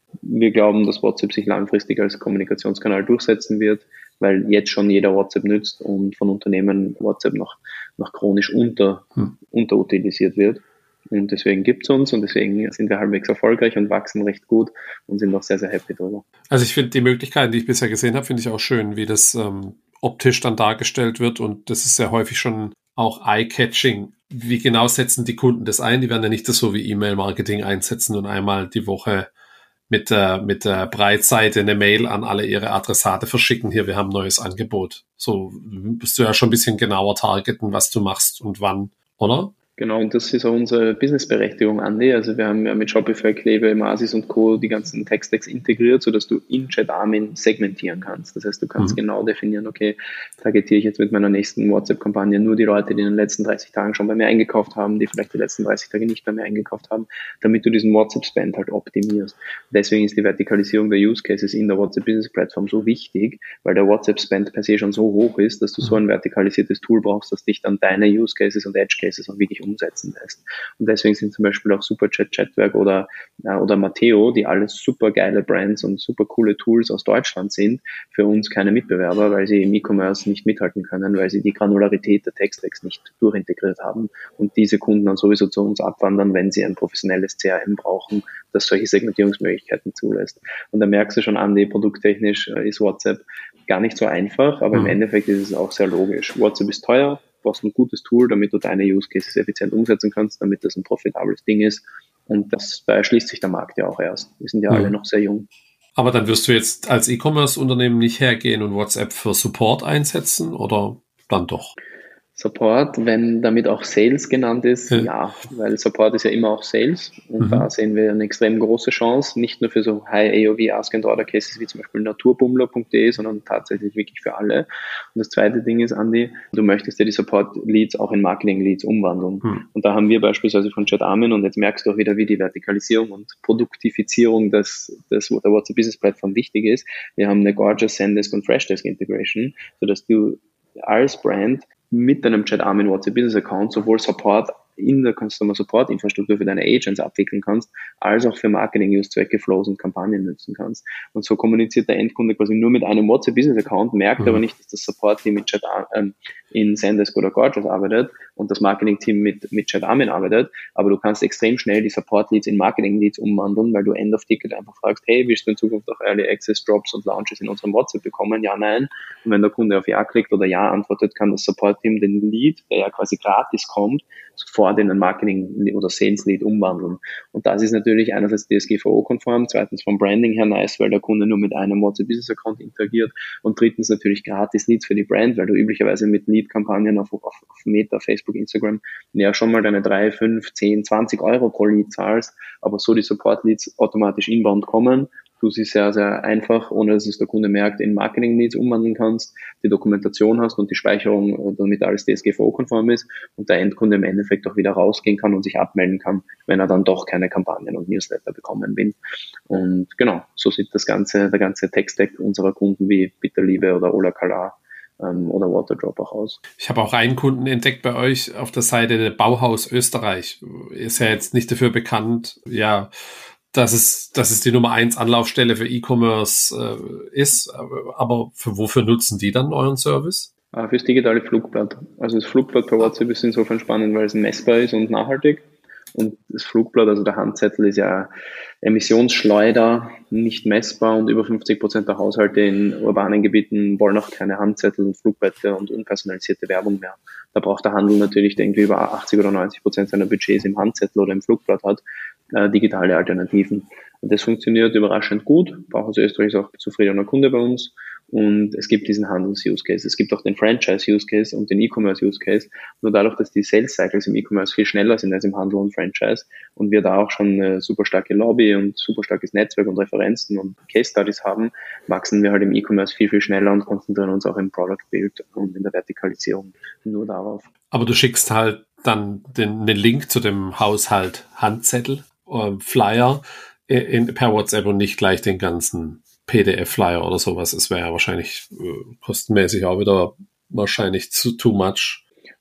Wir glauben, dass WhatsApp sich langfristig als Kommunikationskanal durchsetzen wird, weil jetzt schon jeder WhatsApp nützt und von Unternehmen WhatsApp noch, noch chronisch unter, hm. unterutilisiert wird. Und deswegen gibt es uns und deswegen sind wir halbwegs erfolgreich und wachsen recht gut und sind auch sehr, sehr happy drüber. Also ich finde die Möglichkeiten, die ich bisher gesehen habe, finde ich auch schön, wie das ähm, optisch dann dargestellt wird und das ist sehr häufig schon auch eye-catching. Wie genau setzen die Kunden das ein? Die werden ja nicht das so wie E-Mail-Marketing einsetzen und einmal die Woche mit der, mit der Breitseite eine Mail an alle ihre Adressate verschicken. Hier, wir haben ein neues Angebot. So bist du ja schon ein bisschen genauer targeten, was du machst und wann, oder? Genau, und das ist auch unsere Businessberechtigung, Andi. Also wir haben ja mit Shopify, Klebe, Masis und Co. die ganzen Tech-Stacks integriert, sodass du in ChatArmin segmentieren kannst. Das heißt, du kannst mhm. genau definieren, okay, targetiere ich jetzt mit meiner nächsten WhatsApp-Kampagne nur die Leute, die in den letzten dreißig Tagen schon bei mir eingekauft haben, die vielleicht die letzten dreißig Tage nicht bei mir eingekauft haben, damit du diesen WhatsApp-Spend halt optimierst. Deswegen ist die Vertikalisierung der Use Cases in der WhatsApp-Business-Plattform so wichtig, weil der WhatsApp-Spend per se schon so hoch ist, dass du so ein vertikalisiertes Tool brauchst, dass dich dann deine Use Cases und Edge Cases auch wirklich umsetzen lässt. Und deswegen sind zum Beispiel auch Superchat, Chatwerk oder, äh, oder Matteo, die alles super geile Brands und super coole Tools aus Deutschland sind, für uns keine Mitbewerber, weil sie im E-Commerce nicht mithalten können, weil sie die Granularität der Tech-Stacks nicht durchintegriert haben und diese Kunden dann sowieso zu uns abwandern, wenn sie ein professionelles C R M brauchen, das solche Segmentierungsmöglichkeiten zulässt. Und da merkst du schon an, die produkttechnisch äh, ist WhatsApp gar nicht so einfach, aber mhm. im Endeffekt ist es auch sehr logisch. WhatsApp ist teuer, du brauchst ein gutes Tool, damit du deine Use Cases effizient umsetzen kannst, damit das ein profitables Ding ist. Und das, da erschließt sich der Markt ja auch erst. Wir sind ja mhm. alle noch sehr jung. Aber dann wirst du jetzt als E-Commerce-Unternehmen nicht hergehen und WhatsApp für Support einsetzen oder dann doch? Support, wenn damit auch Sales genannt ist, ja, ja weil Support ist ja immer auch Sales und mhm. da sehen wir eine extrem große Chance, nicht nur für so High A O V Ask and Order Cases wie zum Beispiel naturbummler punkt de, sondern tatsächlich wirklich für alle. Und das zweite Ding ist, Andi, du möchtest ja die Support Leads auch in Marketing Leads umwandeln. Mhm. Und da haben wir beispielsweise von ChatArmin und jetzt merkst du auch wieder, wie die Vertikalisierung und Produktifizierung des, des der WhatsApp Business Plattform wichtig ist. Wir haben eine Gorgeous Zendesk und Freshdesk Integration, sodass du als Brand mit deinem ChatArmin WhatsApp Business Account sowohl Support in der Customer Support Infrastruktur für deine Agents abwickeln kannst, als auch für Marketing-Use-Zwecke, Flows und Kampagnen nutzen kannst. Und so kommuniziert der Endkunde quasi nur mit einem WhatsApp Business Account, merkt mhm. aber nicht, dass das Support-Team mit Chat ähm, in Zendesk oder Gorgeous arbeitet und das Marketing-Team mit, mit ChatArmin arbeitet, aber du kannst extrem schnell die Support-Leads in Marketing-Leads umwandeln, weil du End of Ticket einfach fragst, hey, willst du in Zukunft auch Early Access Drops und Launches in unserem WhatsApp bekommen? Ja, nein. Und wenn der Kunde auf Ja klickt oder Ja antwortet, kann das Support-Team den Lead, der ja quasi gratis kommt, sofort in ein Marketing- oder Sales-Lead umwandeln. Und das ist natürlich einerseits D S G V O-konform, zweitens vom Branding her nice, weil der Kunde nur mit einem WhatsApp-Business-Account interagiert und drittens natürlich gratis Leads für die Brand, weil du üblicherweise mit Lead-Kampagnen auf, auf, auf Meta, Facebook, Instagram ja schon mal deine drei, fünf, zehn, zwanzig Euro pro Lead zahlst, aber so die Support-Leads automatisch inbound kommen, du sie sehr, sehr einfach, ohne dass es der Kunde merkt, in Marketing-Leads umwandeln kannst, die Dokumentation hast und die Speicherung, damit alles D S G V O-konform ist und der Endkunde im Endeffekt auch wieder rausgehen kann und sich abmelden kann, wenn er dann doch keine Kampagnen und Newsletter bekommen will. Und genau, so sieht das ganze, der ganze Tech-Stack unserer Kunden wie Bitterliebe oder Ola Kalar ähm, oder Waterdrop auch aus. Ich habe auch einen Kunden entdeckt bei euch auf der Seite Bauhaus Österreich. Ist ja jetzt nicht dafür bekannt, ja, dass es, dass es die Nummer eins Anlaufstelle für E-Commerce äh, ist. Aber für wofür nutzen die dann euren Service? Äh, fürs digitale Flugblatt. Also das Flugblatt per WhatsApp ist insofern spannend, weil es messbar ist und nachhaltig. Und das Flugblatt, also der Handzettel, ist ja Emissionsschleuder, nicht messbar und über fünfzig Prozent der Haushalte in urbanen Gebieten wollen auch keine Handzettel und Flugblätter und unpersonalisierte Werbung mehr. Da braucht der Handel natürlich, der irgendwie über achtzig oder neunzig Prozent seiner Budgets im Handzettel oder im Flugblatt hat, äh, digitale Alternativen. Und das funktioniert überraschend gut. Bauhaus Österreich ist auch zufriedener Kunde bei uns. Und es gibt diesen Handels-Use-Case. Es gibt auch den Franchise-Use-Case und den E-Commerce-Use-Case. Nur dadurch, dass die Sales-Cycles im E-Commerce viel schneller sind als im Handel und Franchise und wir da auch schon eine super starke Lobby und super starkes Netzwerk und Referenzen und Case-Studies haben, wachsen wir halt im E-Commerce viel, viel schneller und konzentrieren uns auch im Product-Build und in der Vertikalisierung nur darauf. Aber du schickst halt dann den, den Link zu dem Haushalt Handzettel, äh, Flyer in, per WhatsApp und nicht gleich den ganzen P D F-Flyer oder sowas. Es wäre ja wahrscheinlich äh, kostenmäßig auch wieder wahrscheinlich zu too much.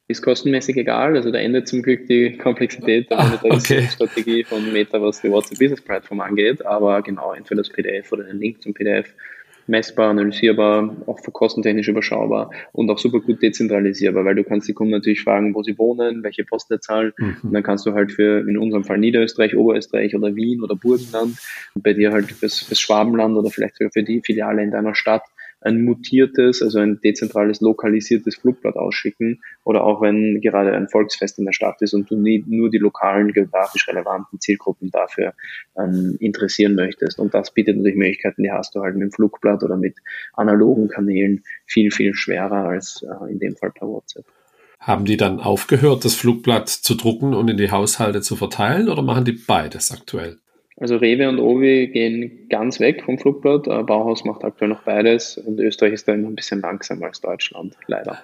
Ist kostenmäßig egal, also da endet zum Glück die Komplexität der Monetarisierungsstrategie okay. von Meta, was die WhatsApp Business Plattform angeht, aber genau, entweder das P D F oder den Link zum P D F, messbar, analysierbar, auch für kostentechnisch überschaubar und auch super gut dezentralisierbar, weil du kannst die Kunden natürlich fragen, wo sie wohnen, welche Postleitzahl mhm. und dann kannst du halt für, in unserem Fall Niederösterreich, Oberösterreich oder Wien oder Burgenland und bei dir halt fürs, fürs Schwabenland oder vielleicht sogar für die Filiale in deiner Stadt ein mutiertes, also ein dezentrales, lokalisiertes Flugblatt ausschicken oder auch wenn gerade ein Volksfest in der Stadt ist und du nie, nur die lokalen, geografisch relevanten Zielgruppen dafür ähm, interessieren möchtest. Und das bietet natürlich Möglichkeiten, die hast du halt mit dem Flugblatt oder mit analogen Kanälen viel, viel schwerer als äh, in dem Fall per WhatsApp. Haben die dann aufgehört, das Flugblatt zu drucken und in die Haushalte zu verteilen oder machen die beides aktuell? Also Rewe und Obi gehen ganz weg vom Flugblatt. Bauhaus macht aktuell noch beides und Österreich ist da immer ein bisschen langsamer als Deutschland, leider.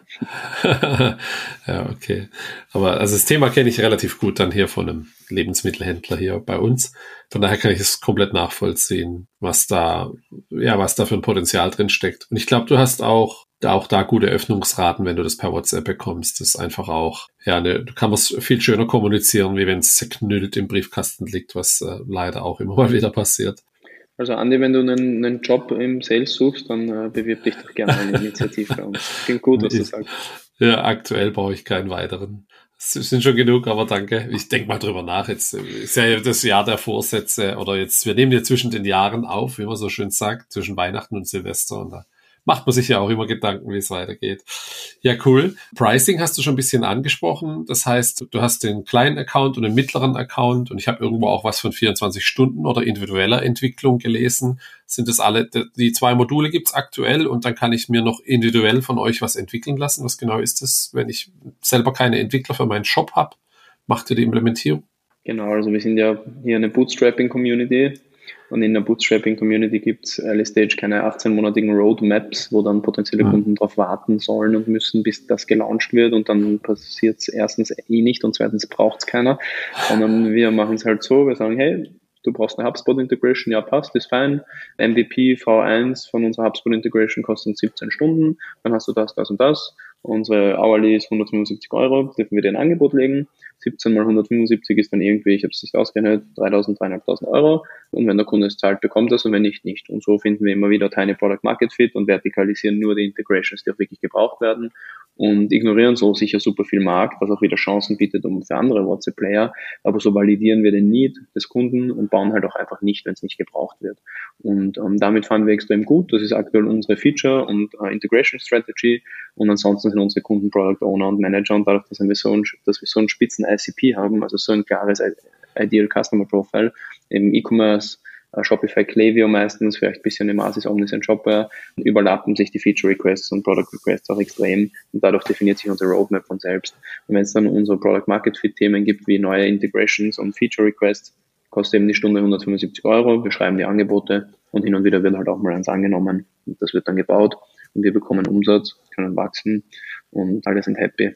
Ja, okay. Aber also das Thema kenne ich relativ gut dann hier von einem Lebensmittelhändler hier bei uns. Von daher kann ich es komplett nachvollziehen, was da, ja, was da für ein Potenzial drin steckt. Und ich glaube, du hast auch auch da gute Öffnungsraten, wenn du das per WhatsApp bekommst. Das ist einfach auch, ja, ne, du kannst es viel schöner kommunizieren, wie wenn es zerknüllt im Briefkasten liegt, was äh, leider auch immer mal wieder passiert. Also Andi, wenn du einen, einen Job im Sales suchst, dann äh, bewirb dich doch gerne eine Initiative bei uns. Klingt gut, was du sagst. Ja, aktuell brauche ich keinen weiteren. Das sind schon genug, aber danke. Ich denke mal drüber nach. Jetzt ist ja das Jahr der Vorsätze oder jetzt, wir nehmen ja zwischen den Jahren auf, wie man so schön sagt, zwischen Weihnachten und Silvester und da macht man sich ja auch immer Gedanken, wie es weitergeht. Ja, cool. Pricing hast du schon ein bisschen angesprochen. Das heißt, du hast den kleinen Account und den mittleren Account und ich habe irgendwo auch was von vierundzwanzig Stunden oder individueller Entwicklung gelesen. Sind das alle, die zwei Module gibt's aktuell und dann kann ich mir noch individuell von euch was entwickeln lassen. Was genau ist das, wenn ich selber keine Entwickler für meinen Shop habe? Macht ihr die Implementierung? Genau, also wir sind ja hier eine Bootstrapping-Community. Und in der Bootstrapping-Community gibt es Early Stage keine achtzehnmonatigen Roadmaps, wo dann potenzielle Kunden drauf warten sollen und müssen, bis das gelauncht wird. Und dann passiert es erstens eh nicht und zweitens braucht es keiner. Sondern wir machen es halt so, wir sagen, hey, du brauchst eine HubSpot-Integration, ja passt, ist fein. M V P V eins von unserer HubSpot-Integration kostet siebzehn Stunden. Dann hast du das, das und das. Unsere Hourly ist hundertfünfundsiebzig Euro, dürfen wir dir ein Angebot legen. siebzehn mal hundertfünfundsiebzig ist dann irgendwie, ich habe es nicht ausgerechnet, dreitausend, dreitausendfünfhundert Euro. Und wenn der Kunde es zahlt, bekommt er es und wenn nicht, nicht. Und so finden wir immer wieder Tiny Product Market Fit und vertikalisieren nur die Integrations, die auch wirklich gebraucht werden und ignorieren so sicher super viel Markt, was auch wieder Chancen bietet um für andere WhatsApp-Player. Aber so validieren wir den Need des Kunden und bauen halt auch einfach nicht, wenn es nicht gebraucht wird. Und ähm, damit fahren wir extrem gut. Das ist aktuell unsere Feature und äh, Integration Strategy. Und ansonsten sind unsere Kunden Product Owner und Manager und dadurch, dass wir so ein, dass wir so einen spitzen I C P haben, also so ein klares Ideal Customer Profile im E-Commerce, uh, Shopify, Klaviyo meistens, vielleicht ein bisschen im Asis, Omnis und Shopware, überlappen sich die Feature Requests und Product Requests auch extrem und dadurch definiert sich unsere Roadmap von selbst. Und wenn es dann unsere Product Market Fit Themen gibt, wie neue Integrations und Feature Requests, kostet eben die Stunde hundertfünfundsiebzig Euro, wir schreiben die Angebote und hin und wieder wird halt auch mal eins angenommen und das wird dann gebaut und wir bekommen Umsatz, können wachsen und alle sind happy.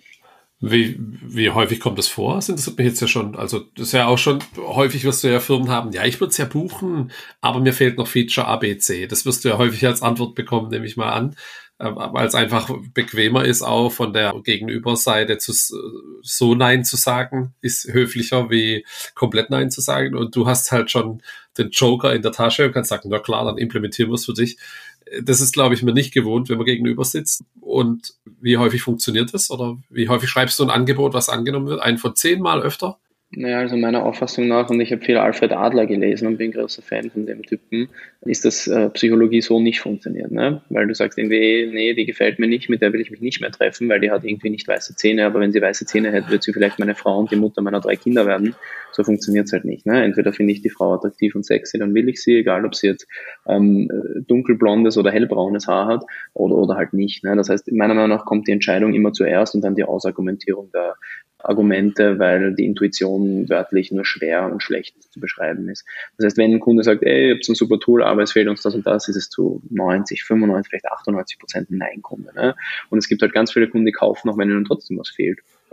Wie, wie häufig kommt das vor? Das interessiert mich jetzt ja schon. Also das ist ja auch schon, häufig wirst du ja Firmen haben, ja, ich würde es ja buchen, aber mir fehlt noch Feature A, B, C. Das wirst du ja häufig als Antwort bekommen, nehme ich mal an, weil es einfach bequemer ist, auch von der Gegenüberseite zu, so Nein zu sagen, ist höflicher wie komplett Nein zu sagen. Und du hast halt schon den Joker in der Tasche und kannst sagen, na klar, dann implementieren wir es für dich. Das ist, glaube ich, mir nicht gewohnt, wenn man gegenüber sitzt. Und wie häufig funktioniert das? Oder wie häufig schreibst du ein Angebot, was angenommen wird? Ein von zehn Mal öfter? Naja, also meiner Auffassung nach, und ich habe viel Alfred Adler gelesen und bin großer Fan von dem Typen, ist das äh, Psychologie so nicht funktioniert, ne? Weil du sagst irgendwie, nee, die gefällt mir nicht, mit der will ich mich nicht mehr treffen, weil die hat irgendwie nicht weiße Zähne, aber wenn sie weiße Zähne hätte, wird sie vielleicht meine Frau und die Mutter meiner drei Kinder werden. So funktioniert es halt nicht, ne? Entweder finde ich die Frau attraktiv und sexy, dann will ich sie, egal ob sie jetzt ähm, dunkelblondes oder hellbraunes Haar hat oder, oder halt nicht, ne? Das heißt, meiner Meinung nach kommt die Entscheidung immer zuerst und dann die Ausargumentierung der Argumente, weil die Intuition wörtlich nur schwer und schlecht zu beschreiben ist. Das heißt, wenn ein Kunde sagt, ey, ihr habt so ein super Tool, aber es fehlt uns das und das, ist es zu neunzig, fünfundneunzig, vielleicht achtundneunzig Prozent ein Nein-Kunde. Ne? Und es gibt halt ganz viele Kunden, die kaufen, auch wenn ihnen trotzdem was fehlt.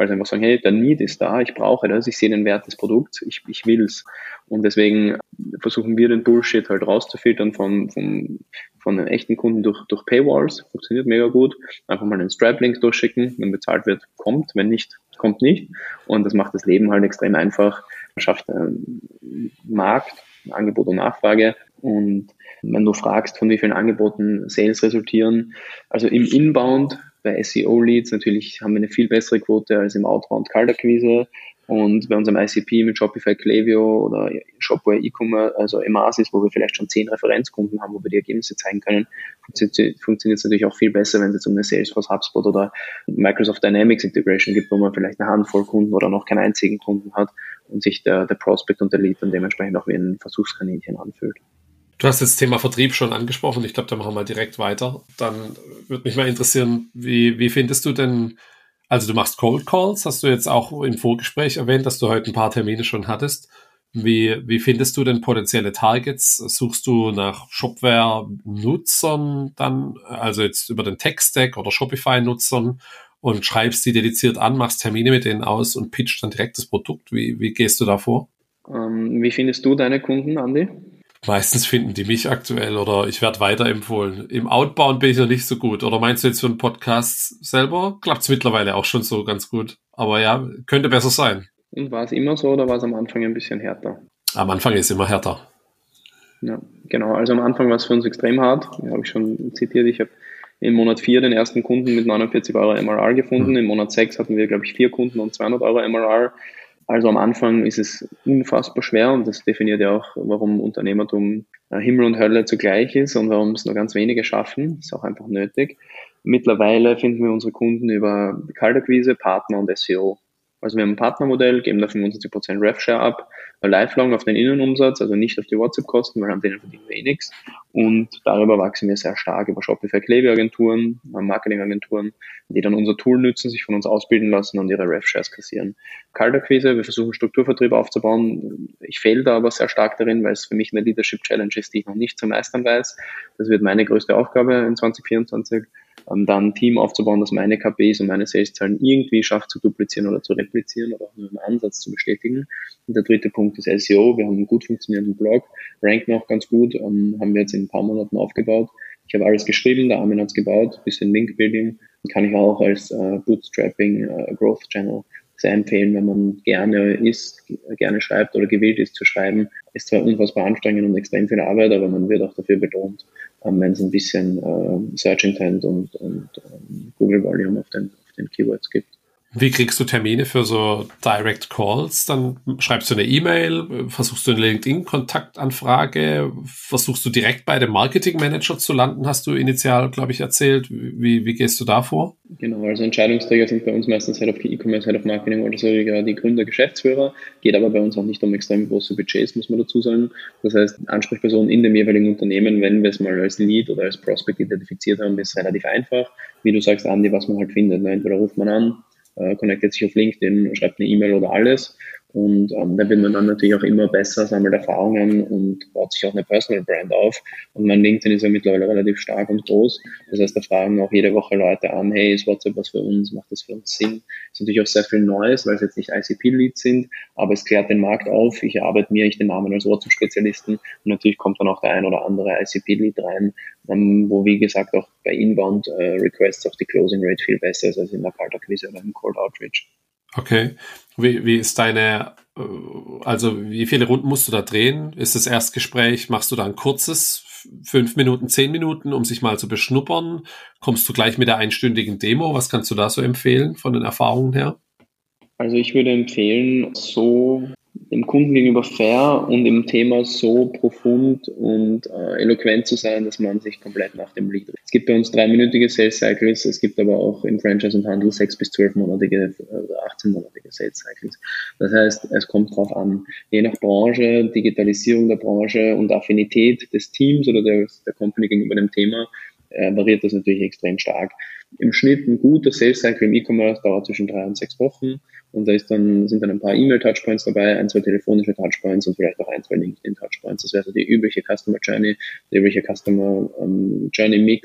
weil sie einfach sagen, hey, der Need ist da, ich brauche das, ich sehe den Wert des Produkts, ich, ich will's. Und deswegen versuchen wir den Bullshit halt rauszufiltern von, von, von den echten Kunden durch, durch Paywalls, funktioniert mega gut. Einfach mal einen Stripe-Link durchschicken, wenn bezahlt wird, kommt, wenn nicht, kommt nicht. Und das macht das Leben halt extrem einfach, schafft einen Markt, Angebot und Nachfrage. Und wenn du fragst, von wie vielen Angeboten Sales resultieren, also im Inbound bei S E O-Leads natürlich haben wir eine viel bessere Quote als im Outbound Kaltakquise. Und bei unserem I C P mit Shopify Klaviyo oder Shopware E-Commerce, also Emasis, wo wir vielleicht schon zehn Referenzkunden haben, wo wir die Ergebnisse zeigen können, funktioniert es natürlich auch viel besser, wenn es jetzt um eine Salesforce, HubSpot oder Microsoft Dynamics Integration gibt, wo man vielleicht eine Handvoll Kunden oder noch keinen einzigen Kunden hat und sich der, der Prospect und der Lead dann dementsprechend auch wie ein Versuchskaninchen anfühlt. Du hast das Thema Vertrieb schon angesprochen. Ich glaube, da machen wir direkt weiter. Dann würde mich mal interessieren, wie, wie findest du denn, also du machst Cold Calls, hast du jetzt auch im Vorgespräch erwähnt, dass du heute ein paar Termine schon hattest. Wie, wie findest du denn potenzielle Targets? Suchst du nach Shopware-Nutzern dann, also jetzt über den Tech-Stack oder Shopify-Nutzern und schreibst die dediziert an, machst Termine mit denen aus und pitcht dann direkt das Produkt? Wie, wie gehst du da vor? Ähm, wie findest du deine Kunden, Andi? Meistens finden die mich aktuell oder ich werde weiterempfohlen. Im Outbound bin ich noch nicht so gut. Oder meinst du jetzt für einen Podcast selber? Klappt es mittlerweile auch schon so ganz gut. Aber ja, könnte besser sein. Und war es immer so oder war es am Anfang ein bisschen härter? Am Anfang ist es immer härter. Ja, genau. Also am Anfang war es für uns extrem hart. Ja, habe ich schon zitiert. Ich habe im Monat vier den ersten Kunden mit neunundvierzig Euro M R R gefunden. Mhm. Im Monat sechs hatten wir, glaube ich, vier Kunden und zweihundert Euro M R R. Also am Anfang ist es unfassbar schwer und das definiert ja auch, warum Unternehmertum Himmel und Hölle zugleich ist und warum es nur ganz wenige schaffen. Das ist auch einfach nötig. Mittlerweile finden wir unsere Kunden über Kaltakquise, Partner und S E O. Also wir haben ein Partnermodell, geben da fünfundsiebzig Prozent Rev-Share ab, lifelong auf den Innenumsatz, also nicht auf die WhatsApp-Kosten, weil an denen verdienen wir eh nichts. Und darüber wachsen wir sehr stark über Shopify Klaviyo-Agenturen, Marketing-Agenturen, die dann unser Tool nutzen, sich von uns ausbilden lassen und ihre Rev-Shares kassieren. Kaltakquise, wir versuchen Strukturvertrieb aufzubauen. Ich fehle da aber sehr stark darin, weil es für mich eine Leadership-Challenge ist, die ich noch nicht zu meistern weiß. Das wird meine größte Aufgabe in zwanzig vierundzwanzig. Um dann ein Team aufzubauen, das meine K Ps und meine Saleszahlen irgendwie schafft zu duplizieren oder zu replizieren oder auch nur einen Ansatz zu bestätigen. Und der dritte Punkt ist S E O. Wir haben einen gut funktionierenden Blog, ranken auch ganz gut, um, haben wir jetzt in ein paar Monaten aufgebaut. Ich habe alles geschrieben, der Armin hat es gebaut, bisschen Link-Building. Kann ich auch als äh, Bootstrapping äh, Growth Channel sehr empfehlen, wenn man gerne ist, gerne schreibt oder gewillt ist zu schreiben. Ist zwar unfassbar anstrengend und extrem viel Arbeit, aber man wird auch dafür belohnt, wenn es ein bisschen äh, Search Intent und, und ähm, Google Volume auf den, auf den Keywords gibt. Wie kriegst du Termine für so Direct Calls? Dann schreibst du eine E-Mail, versuchst du eine LinkedIn-Kontaktanfrage, versuchst du direkt bei dem Marketing-Manager zu landen, hast du initial, glaube ich, erzählt. Wie, wie gehst du da vor? Genau, also Entscheidungsträger sind bei uns meistens Head of E-Commerce, Head of Marketing oder sogar die Gründer, Geschäftsführer. Geht aber bei uns auch nicht um extrem große Budgets, muss man dazu sagen. Das heißt, Ansprechpersonen in dem jeweiligen Unternehmen, wenn wir es mal als Lead oder als Prospect identifiziert haben, ist relativ einfach. Wie du sagst, Andi, was man halt findet. Entweder ruft man an, connectet sich auf LinkedIn, schreibt eine E-Mail oder alles. Und ähm, da wird man dann natürlich auch immer besser, sammelt Erfahrungen und baut sich auch eine Personal Brand auf. Und mein LinkedIn ist ja mittlerweile relativ stark und groß. Das heißt, da fragen auch jede Woche Leute an, hey, ist WhatsApp was für uns? Macht das für uns Sinn? Ist natürlich auch sehr viel Neues, weil es jetzt nicht I C P-Leads sind, aber es klärt den Markt auf. Ich arbeite mir ich den Namen als WhatsApp-Spezialisten und natürlich kommt dann auch der ein oder andere I C P-Lead rein, ähm, wo wie gesagt auch bei Inbound-Requests äh, auch die Closing Rate viel besser ist als in der Kaltakquise oder im Cold Outreach. Okay. Wie, wie ist deine, also wie viele Runden musst du da drehen? Ist das Erstgespräch, machst du da ein kurzes, fünf Minuten, zehn Minuten, um sich mal zu beschnuppern? Kommst du gleich mit der einstündigen Demo? Was kannst du da so empfehlen von den Erfahrungen her? Also ich würde empfehlen, so dem Kunden gegenüber fair und im Thema so profund und äh, eloquent zu sein, dass man sich komplett nach dem Lead. Es gibt bei uns dreiminütige Sales Cycles, es gibt aber auch im Franchise und Handel sechs bis zwölfmonatige, äh, achtzehnmonatige Sales Cycles. Das heißt, es kommt drauf an, je nach Branche, Digitalisierung der Branche und Affinität des Teams oder der, der Company gegenüber dem Thema, äh, variiert das natürlich extrem stark. Im Schnitt ein guter Sales Cycle im E-Commerce dauert zwischen drei und sechs Wochen. Und da ist dann, sind dann ein paar E-Mail-Touchpoints dabei, ein, zwei telefonische Touchpoints und vielleicht auch ein, zwei LinkedIn-Touchpoints. Das wäre so die übliche Customer Journey, der übliche Customer ähm, Journey Mix,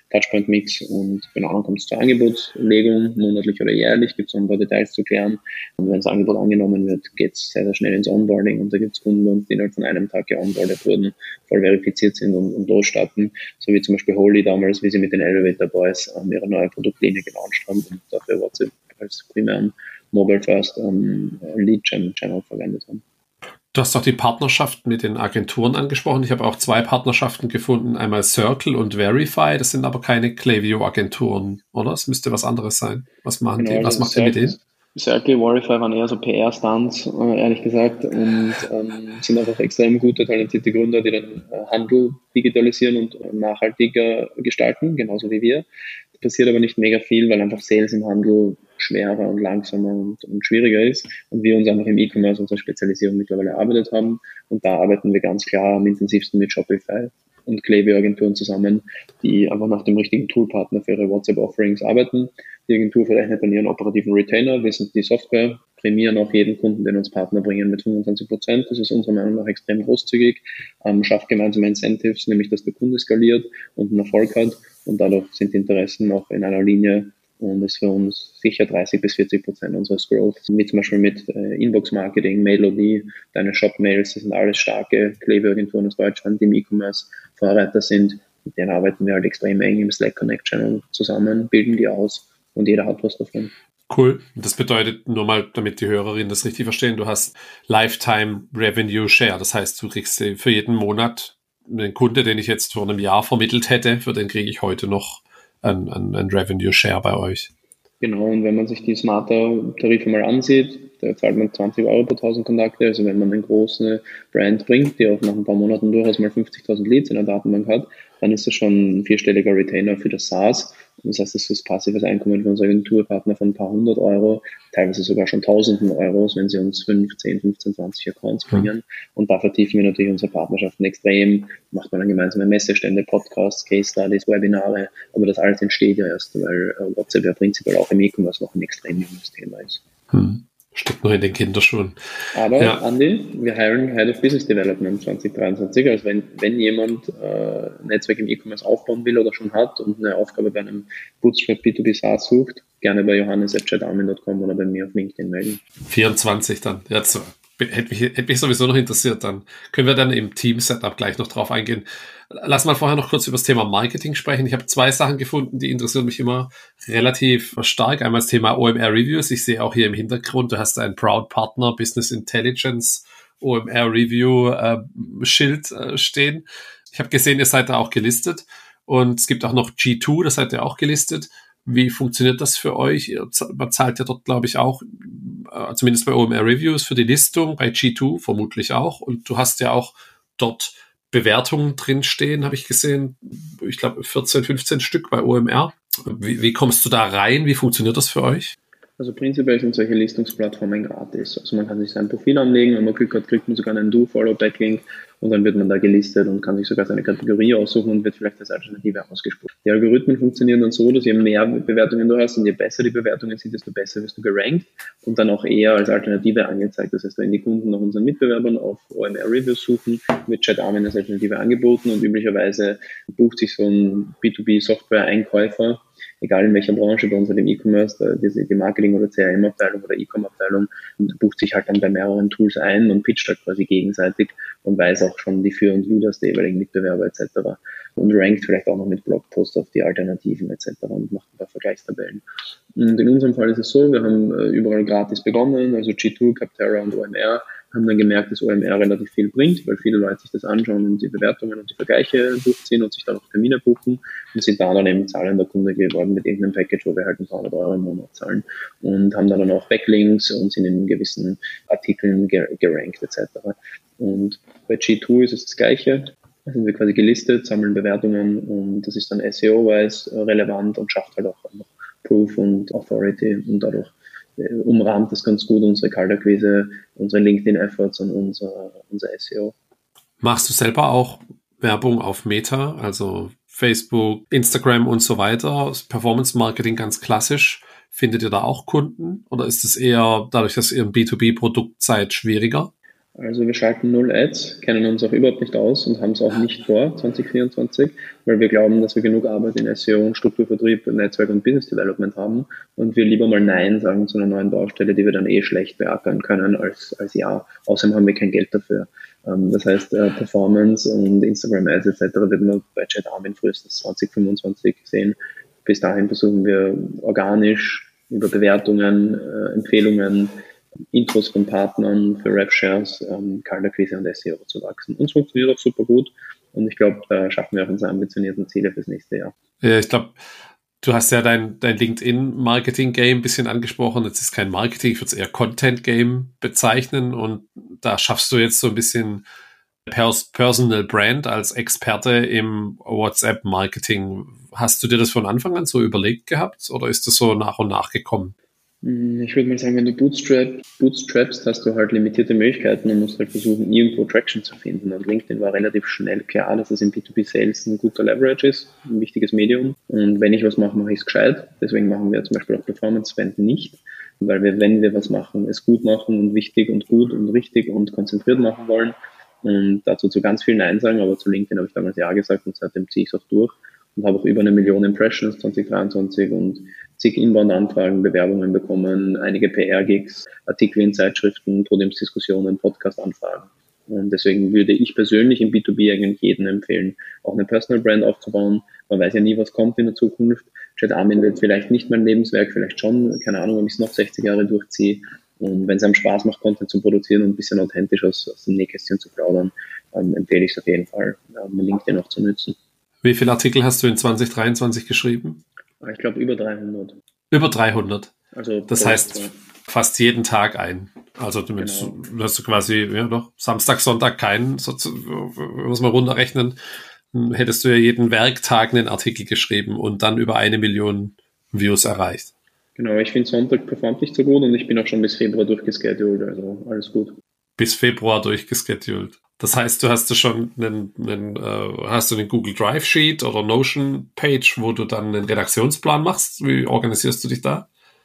Touchpoint-Mix und genau, dann kommt es zur Angebotslegung, monatlich oder jährlich, gibt es noch ein paar Details zu klären. Und wenn das Angebot angenommen wird, geht es sehr, sehr schnell ins Onboarding und da gibt es Kunden bei uns, die innerhalb von einem Tag geonboardet wurden, voll verifiziert sind und, und losstarten, so wie zum Beispiel Holy damals, wie sie mit den Elevator Boys ähm, ihre neue Produktlinie gelauncht haben und dafür WhatsApp als primären Mobile First ähm, Lead Channel verwendet haben. Du hast doch die Partnerschaft mit den Agenturen angesprochen. Ich habe auch zwei Partnerschaften gefunden, einmal Circle und Verify. Das sind aber keine Klaviyo-Agenturen, oder? Es müsste was anderes sein. Was machen genau, die? Was macht ihr mit denen? Circle, Verify waren eher so P R-Stunts, äh, ehrlich gesagt, und ähm, sind einfach extrem gute, talentierte Gründer, die den äh, Handel digitalisieren und äh, nachhaltiger gestalten, genauso wie wir. Das passiert aber nicht mega viel, weil einfach Sales im Handel schwerer und langsamer und, und schwieriger ist und wir uns einfach im E-Commerce unsere Spezialisierung mittlerweile erarbeitet haben und da arbeiten wir ganz klar am intensivsten mit Shopify und Klaviyo-Agenturen zusammen, die einfach nach dem richtigen Toolpartner für ihre WhatsApp-Offerings arbeiten. Die Agentur verrechnet dann ihren operativen Retainer, wir sind die Software, prämieren auch jeden Kunden, den uns Partner bringen, mit fünfundzwanzig Prozent. Das ist unserer Meinung nach extrem großzügig, ähm, schafft gemeinsame Incentives, nämlich dass der Kunde skaliert und einen Erfolg hat und dadurch sind die Interessen auch in einer Linie und ist für uns sicher dreißig bis vierzig Prozent unseres Growth. Wie zum Beispiel mit äh, Inbox-Marketing, Mailody, deine Shop-Mails, das sind alles starke Klaviyo-Agenturen aus Deutschland, die im E-Commerce Vorreiter sind. Mit denen arbeiten wir halt extrem eng im Slack Connect Channel zusammen, bilden die aus und jeder hat was davon. Cool. Das bedeutet, nur mal, damit die Hörerinnen das richtig verstehen, du hast Lifetime Revenue Share. Das heißt, du kriegst für jeden Monat einen Kunde, den ich jetzt vor einem Jahr vermittelt hätte, für den kriege ich heute noch ein, ein, ein Revenue Share bei euch. Genau, und wenn man sich die Smarter-Tarife mal ansieht, da zahlt man zwanzig Euro pro tausend Kontakte. Also wenn man eine große Brand bringt, die auch nach ein paar Monaten durchaus mal fünfzigtausend Leads in der Datenbank hat, dann ist das schon ein vierstelliger Retainer für das SaaS. Das heißt, das ist passives Einkommen für unsere Agenturpartner von ein paar hundert Euro, teilweise sogar schon tausenden Euros, wenn sie uns fünf, zehn, fünfzehn, zwanzig Accounts bringen. Mhm. Und da vertiefen wir natürlich unsere Partnerschaften extrem. Macht man dann gemeinsame Messestände, Podcasts, Case Studies, Webinare. Aber das alles entsteht ja erst, weil WhatsApp ja prinzipiell auch im E-Commerce noch ein extrem junges Thema ist. Hm. Steckt noch in den Kinderschuhen. Aber, ja. Andi, wir hiren Head of Business Development zwanzig dreiundzwanzig. Also wenn, wenn jemand äh, ein Netzwerk im E-Commerce aufbauen will oder schon hat und eine Aufgabe bei einem Bootstrap B zwei B SaaS sucht, gerne bei johannes at chat armin punkt com oder bei mir auf LinkedIn melden. vierundzwanzig dann. Jetzt hätte mich, hätte mich sowieso noch interessiert. Dann können wir dann im Team-Setup gleich noch drauf eingehen. Lass mal vorher noch kurz über das Thema Marketing sprechen. Ich habe zwei Sachen gefunden, die interessieren mich immer relativ stark. Einmal das Thema O M R Reviews. Ich sehe auch hier im Hintergrund, du hast einen Proud Partner Business Intelligence O M R Review äh, Schild äh, stehen. Ich habe gesehen, ihr seid da auch gelistet und es gibt auch noch G zwei, das seid ihr auch gelistet. Wie funktioniert das für euch? Man zahlt ja dort, glaube ich, auch, äh, zumindest bei O M R Reviews, für die Listung, bei G zwei vermutlich auch. Und du hast ja auch dort Bewertungen drinstehen, habe ich gesehen. Ich glaube, vierzehn, fünfzehn Stück bei O M R. Wie, wie kommst du da rein? Wie funktioniert das für euch? Also prinzipiell sind solche Listungsplattformen gratis. Also man kann sich sein Profil anlegen, wenn man Glück hat, kriegt man sogar einen Do-Follow-Backlink und dann wird man da gelistet und kann sich sogar seine Kategorie aussuchen und wird vielleicht als Alternative ausgespuckt. Die Algorithmen funktionieren dann so, dass je mehr Bewertungen du hast und je besser die Bewertungen sind, desto besser wirst du gerankt und dann auch eher als Alternative angezeigt. Das heißt, wenn die Kunden nach unseren Mitbewerbern auf O M R-Reviews suchen, wird Chat Armin als Alternative angeboten und üblicherweise bucht sich so ein B zwei B-Software-Einkäufer, egal in welcher Branche, bei uns halt im E-Commerce, die, die Marketing- oder C R M-Abteilung oder E-Com-Abteilung, bucht sich halt dann bei mehreren Tools ein und pitcht halt quasi gegenseitig und weiß auch schon die Für und Widers der jeweiligen Mitbewerber et cetera. Und rankt vielleicht auch noch mit Blogposts auf die Alternativen et cetera und macht ein paar Vergleichstabellen. Und in unserem Fall ist es so, wir haben überall gratis begonnen, also G zwei, Capterra und O M R, haben dann gemerkt, dass O M R relativ viel bringt, weil viele Leute sich das anschauen und die Bewertungen und die Vergleiche durchziehen und sich dann auch Termine buchen und sind da dann eben zahlender Kunde geworden mit irgendeinem Package, wo wir halt ein paar hundert Euro im Monat zahlen und haben dann auch Backlinks und sind in gewissen Artikeln gerankt et cetera. Und bei G zwei ist es das Gleiche. Da sind wir quasi gelistet, sammeln Bewertungen und das ist dann S E O-wise relevant und schafft halt auch noch Proof und Authority und dadurch umrahmt das ganz gut unsere Kaltakquise, unsere LinkedIn-Efforts und unser, unser S E O. Machst du selber auch Werbung auf Meta, also Facebook, Instagram und so weiter? Performance-Marketing ganz klassisch. Findet ihr da auch Kunden oder ist es eher, dadurch, dass ihr ein B zwei B-Produkt seid, schwieriger? Also wir schalten null Ads, kennen uns auch überhaupt nicht aus und haben es auch nicht vor zwanzig vierundzwanzig, weil wir glauben, dass wir genug Arbeit in S E O, Strukturvertrieb, Netzwerk und Business Development haben und wir lieber mal Nein sagen zu einer neuen Baustelle, die wir dann eh schlecht beackern können, als, als Ja. Außerdem haben wir kein Geld dafür. Das heißt, Performance und Instagram Ads et cetera wird man bei Chat Armin frühestens zwanzig fünfundzwanzig sehen. Bis dahin versuchen wir organisch über Bewertungen, Empfehlungen, Intros von Partnern für Rap-Shares, ähm, Kaltakquise und S E O zu wachsen. Uns funktioniert auch super gut und ich glaube, da schaffen wir auch unsere ambitionierten Ziele fürs nächste Jahr. Ja, ich glaube, du hast ja dein, dein LinkedIn-Marketing-Game ein bisschen angesprochen. Jetzt ist kein Marketing, ich würde es eher Content-Game bezeichnen und da schaffst du jetzt so ein bisschen Pers- Personal Brand als Experte im WhatsApp-Marketing. Hast du dir das von Anfang an so überlegt gehabt oder ist das so nach und nach gekommen? Ich würde mal sagen, wenn du Bootstrap, bootstrappst, hast du halt limitierte Möglichkeiten und musst halt versuchen, irgendwo Traction zu finden. Und LinkedIn war relativ schnell klar, dass es im B zwei B Sales ein guter Leverage ist, ein wichtiges Medium. Und wenn ich was mache, mache ich es gescheit. Deswegen machen wir zum Beispiel auch Performance Spend nicht, weil wir, wenn wir was machen, es gut machen und wichtig und gut und richtig und konzentriert machen wollen. Und dazu zu ganz viel Nein sagen, aber zu LinkedIn habe ich damals Ja gesagt und seitdem ziehe ich es auch durch. Und habe auch über eine Million Impressions zwanzig dreiundzwanzig und zig Inbound-Anfragen, Bewerbungen bekommen, einige P R-Gigs, Artikel in Zeitschriften, Podiumsdiskussionen, Podcast-Anfragen. Und deswegen würde ich persönlich im B zwei B eigentlich jedem empfehlen, auch eine Personal Brand aufzubauen. Man weiß ja nie, was kommt in der Zukunft. Chat Armin wird vielleicht nicht mein Lebenswerk, vielleicht schon, keine Ahnung, ob ich es noch sechzig Jahre durchziehe. Und wenn es einem Spaß macht, Content zu produzieren und ein bisschen authentisch aus, aus dem Nähkästchen zu plaudern, ähm, empfehle ich es auf jeden Fall, ähm, LinkedIn auch zu nutzen. Wie viele Artikel hast du in zwanzig dreiundzwanzig geschrieben? Ich glaube über dreihundert. Über dreihundert. Also das heißt so. Fast jeden Tag ein. Also du genau. hast du quasi ja, doch, Samstag, Sonntag keinen, so, muss man runterrechnen, hättest du ja jeden Werktag einen Artikel geschrieben und dann über eine Million Views erreicht. Genau, ich finde Sonntag performt nicht so gut und ich bin auch schon bis Februar durchgeschedult, also alles gut. Bis Februar durchgeschedult. Das heißt, du hast du schon einen, einen äh, hast du einen Google Drive Sheet oder Notion Page, wo du dann einen Redaktionsplan machst? Wie organisierst du dich da?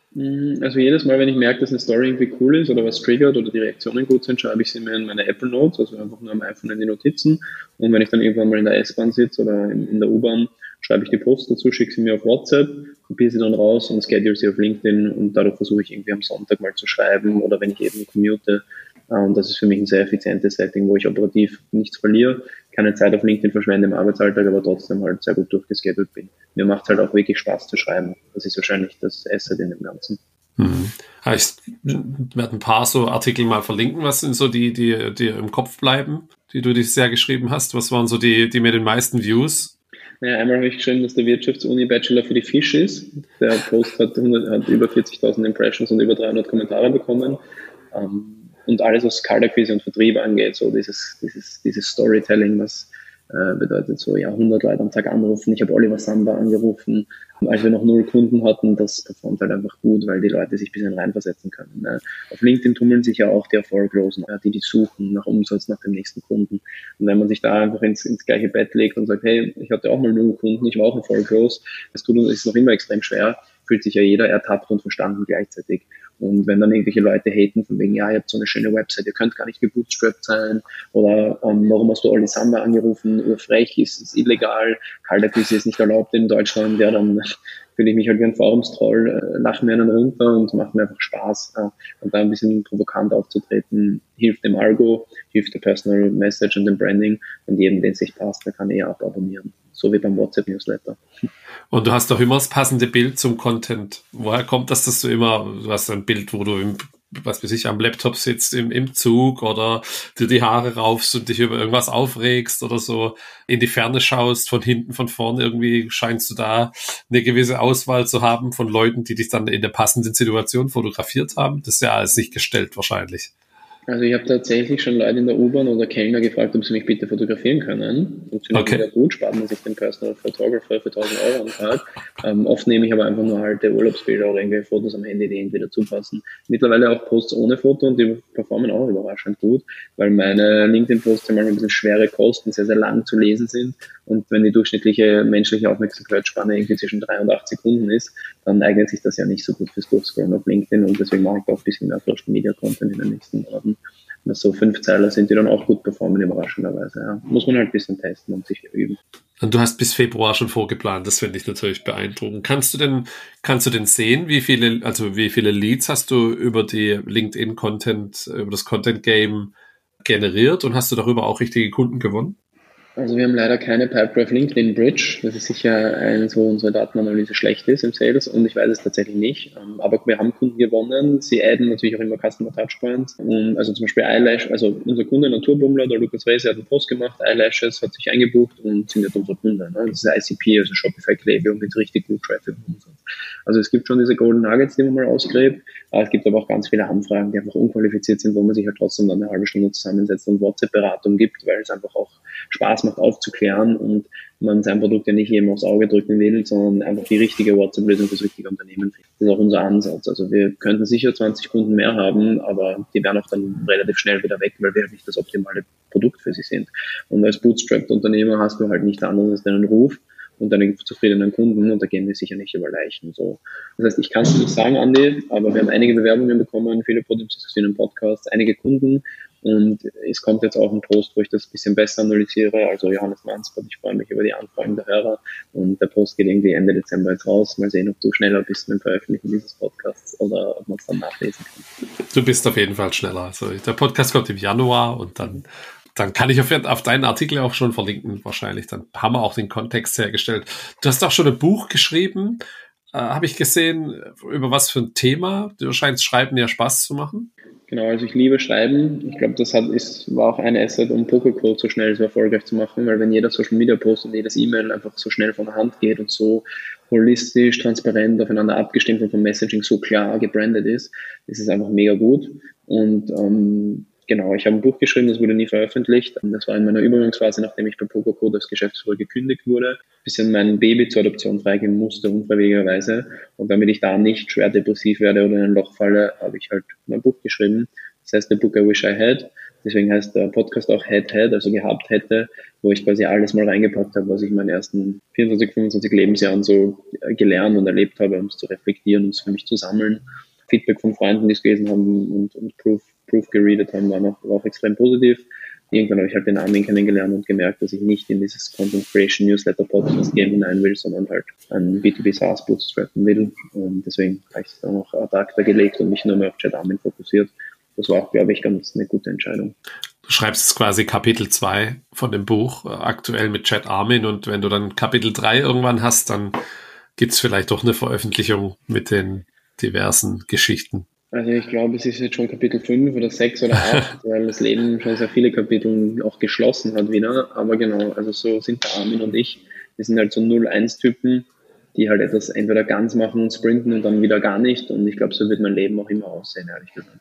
Also jedes Mal, wenn ich merke, dass eine Story irgendwie cool ist oder was triggert oder die Reaktionen gut sind, schreibe ich sie mir in meine Apple Notes, also einfach nur am iPhone in die Notizen. Und wenn ich dann irgendwann mal in der S-Bahn sitze oder in, in der U-Bahn, schreibe ich die Posts dazu, schicke sie mir auf WhatsApp, kopiere sie dann raus und schedule sie auf LinkedIn und dadurch versuche ich irgendwie am Sonntag mal zu schreiben oder wenn ich eben commute. Und das ist für mich ein sehr effizientes Setting, wo ich operativ nichts verliere, keine Zeit auf LinkedIn verschwende im Arbeitsalltag, aber trotzdem halt sehr gut durchgeschedult bin. Mir macht es halt auch wirklich Spaß zu schreiben. Das ist wahrscheinlich das Asset in dem Ganzen. Hm. Ich werde ein paar so Artikel mal verlinken. Was sind so die, die dir im Kopf bleiben, die du dich sehr geschrieben hast? Was waren so die, die mit den meisten Views? Naja, einmal habe ich geschrieben, dass der Wirtschaftsuni-Bachelor für die Fisch ist. Der Post hat, hundert, hat über vierzigtausend Impressions und über dreihundert Kommentare bekommen. Ähm, und alles, was Kaltakquise und Vertrieb angeht, so dieses, dieses, dieses Storytelling, was äh, bedeutet so, ja, hundert Leute am Tag anrufen. Ich habe Oliver Samba angerufen, als wir noch null Kunden hatten. Das performt halt einfach gut, weil die Leute sich ein bisschen reinversetzen können. Ne? Auf LinkedIn tummeln sich ja auch die Erfolglosen, die die suchen nach Umsatz, nach dem nächsten Kunden. Und wenn man sich da einfach ins, ins gleiche Bett legt und sagt, hey, ich hatte auch mal null Kunden, ich war auch erfolglos, es tut uns ist noch immer extrem schwer, fühlt sich ja jeder ertappt und verstanden gleichzeitig. Und wenn dann irgendwelche Leute haten, von wegen, ja, ihr habt so eine schöne Website, ihr könnt gar nicht gebootstrapped sein, oder ähm, warum hast du Oli Samba angerufen, frech, ist, ist illegal, Kaltakquise ist nicht erlaubt in Deutschland, ja, dann fühle ich mich halt wie ein Forumstroll, äh, lache mir einen runter und macht mir einfach Spaß. Äh, und da ein bisschen provokant aufzutreten, hilft dem Algo, hilft der Personal Message und dem Branding und jedem, den es sich passt, der kann eh ababonnieren. So wie beim WhatsApp-Newsletter. Und du hast doch immer das passende Bild zum Content. Woher kommt das, dass du immer, du hast ein Bild, wo du im, was weiß ich, am Laptop sitzt im, im Zug oder dir die Haare raufst und dich über irgendwas aufregst oder so in die Ferne schaust, von hinten, von vorne, irgendwie scheinst du da eine gewisse Auswahl zu haben von Leuten, die dich dann in der passenden Situation fotografiert haben. Das ist ja alles nicht gestellt wahrscheinlich. Also ich habe tatsächlich schon Leute in der U-Bahn oder Kellner gefragt, ob sie mich bitte fotografieren können. Funktioniert okay. Wieder gut, spart man sich den Personal Photographer für tausend Euro am Tag. Ähm, oft nehme ich aber einfach nur alte Urlaubsbilder oder irgendwelche Fotos am Handy, die irgendwie dazu passen. Mittlerweile auch Posts ohne Foto und die performen auch überraschend gut, weil meine LinkedIn-Posts manchmal ein bisschen schwere Kosten, sehr, sehr lang zu lesen sind. Und wenn die durchschnittliche menschliche Aufmerksamkeitsspanne irgendwie zwischen drei und acht Sekunden ist, dann eignet sich das ja nicht so gut fürs Durchscrollen auf LinkedIn und deswegen mache ich auch ein bisschen mehr Social Media Content in den nächsten Monaten. so Fünfzeiler sind, die dann auch gut performen, überraschenderweise. Ja. Muss man halt ein bisschen testen und sich üben. Und du hast bis Februar schon vorgeplant, das finde ich natürlich beeindruckend. Kannst du denn, kannst du denn sehen, wie viele, also wie viele Leads hast du über die LinkedIn-Content, über das Content-Game generiert und hast du darüber auch richtige Kunden gewonnen? Also wir haben leider keine Pipedrive LinkedIn Bridge. Das ist sicher eins, wo unsere Datenanalyse schlecht ist im Sales und ich weiß es tatsächlich nicht. Aber wir haben Kunden gewonnen. Sie adden natürlich auch immer Customer Touchpoints. Und also zum Beispiel Eyelash, also unser Kunde Naturbummler, der Lukas Reese, hat einen Post gemacht, Eyelashes, hat sich eingebucht und sind jetzt unser Kunde. Ne? Das ist I C P, also Shopify Klaviyo mit richtig gut Traffic und Umsatz. Also es gibt schon diese Golden Nuggets, die man mal ausgräbt. Es gibt aber auch ganz viele Anfragen, die einfach unqualifiziert sind, wo man sich halt trotzdem dann eine halbe Stunde zusammensetzt und WhatsApp-Beratung gibt, weil es einfach auch Spaß macht aufzuklären und man sein Produkt ja nicht jedem aufs Auge drücken will, sondern einfach die richtige WhatsApp-Lösung fürs richtige Unternehmen findet. Das ist auch unser Ansatz. Also wir könnten sicher zwanzig Kunden mehr haben, aber die wären auch dann relativ schnell wieder weg, weil wir halt nicht das optimale Produkt für sie sind. Und als Bootstrapped-Unternehmer hast du halt nichts anderes als deinen Ruf und deine zufriedenen Kunden und da gehen wir sicher nicht über Leichen. So. Das heißt, ich kann es nicht sagen, Andi, aber wir haben einige Bewerbungen bekommen, viele potenzielle Podcasts, einige Kunden und es kommt jetzt auch ein Post, wo ich das ein bisschen besser analysiere, also Johannes Mannsbart, ich freue mich über die Anfragen der Hörer und der Post geht irgendwie Ende Dezember jetzt raus. Mal sehen, ob du schneller bist mit dem Veröffentlichen dieses Podcasts oder ob man es dann nachlesen kann. Du bist auf jeden Fall schneller. Also der Podcast kommt im Januar und dann Dann kann ich auf, auf deinen Artikel auch schon verlinken, wahrscheinlich. Dann haben wir auch den Kontext hergestellt. Du hast auch schon ein Buch geschrieben, äh, habe ich gesehen, über was für ein Thema. Du scheinst Schreiben ja Spaß zu machen. Genau, also ich liebe Schreiben. Ich glaube, das hat, ist, war auch ein Asset, um Pokercode so schnell so erfolgreich zu machen, weil wenn jeder Social Media Post und jedes E-Mail einfach so schnell von der Hand geht und so holistisch, transparent, aufeinander abgestimmt und vom Messaging so klar gebrandet ist, ist es einfach mega gut. Und ähm, Genau, ich habe ein Buch geschrieben, das wurde nie veröffentlicht. Das war in meiner Übergangsphase, nachdem ich bei Pokercode als Geschäftsführer gekündigt wurde, ein bisschen mein Baby zur Adoption freigeben musste, unfreiwilligerweise. Und damit ich da nicht schwer depressiv werde oder in ein Loch falle, habe ich halt mein Buch geschrieben. Das heißt, The Book I Wish I Had. Deswegen heißt der Podcast auch Had Had, also gehabt hätte, wo ich quasi alles mal reingepackt habe, was ich in meinen ersten vierundzwanzig, fünfundzwanzig Lebensjahren so gelernt und erlebt habe, um es zu reflektieren und es für mich zu sammeln. Feedback von Freunden, die es gelesen haben und, und Proof Proof geredet haben, war, noch, war auch extrem positiv. Irgendwann habe ich halt den Armin kennengelernt und gemerkt, dass ich nicht in dieses Content Creation Newsletter Podcast Game hinein will, sondern halt ein B zwei B SaaS bootstrappen will. Und deswegen habe ich es dann auch ad acta gelegt und mich nur mehr auf Chat Armin fokussiert. Das war auch, glaube ich, ganz eine gute Entscheidung. Du schreibst jetzt quasi Kapitel zwei von dem Buch, äh, aktuell mit Chat Armin, und wenn du dann Kapitel drei irgendwann hast, dann gibt es vielleicht doch eine Veröffentlichung mit den diversen Geschichten. Also ich glaube, es ist jetzt schon Kapitel fünf oder sechs oder acht, weil das Leben schon sehr viele Kapitel auch geschlossen hat wieder. Aber genau, also so sind der Armin und ich. Wir sind halt so null eins Typen, die halt etwas entweder ganz machen und sprinten und dann wieder gar nicht. Und ich glaube, so wird mein Leben auch immer aussehen, ehrlich gesagt.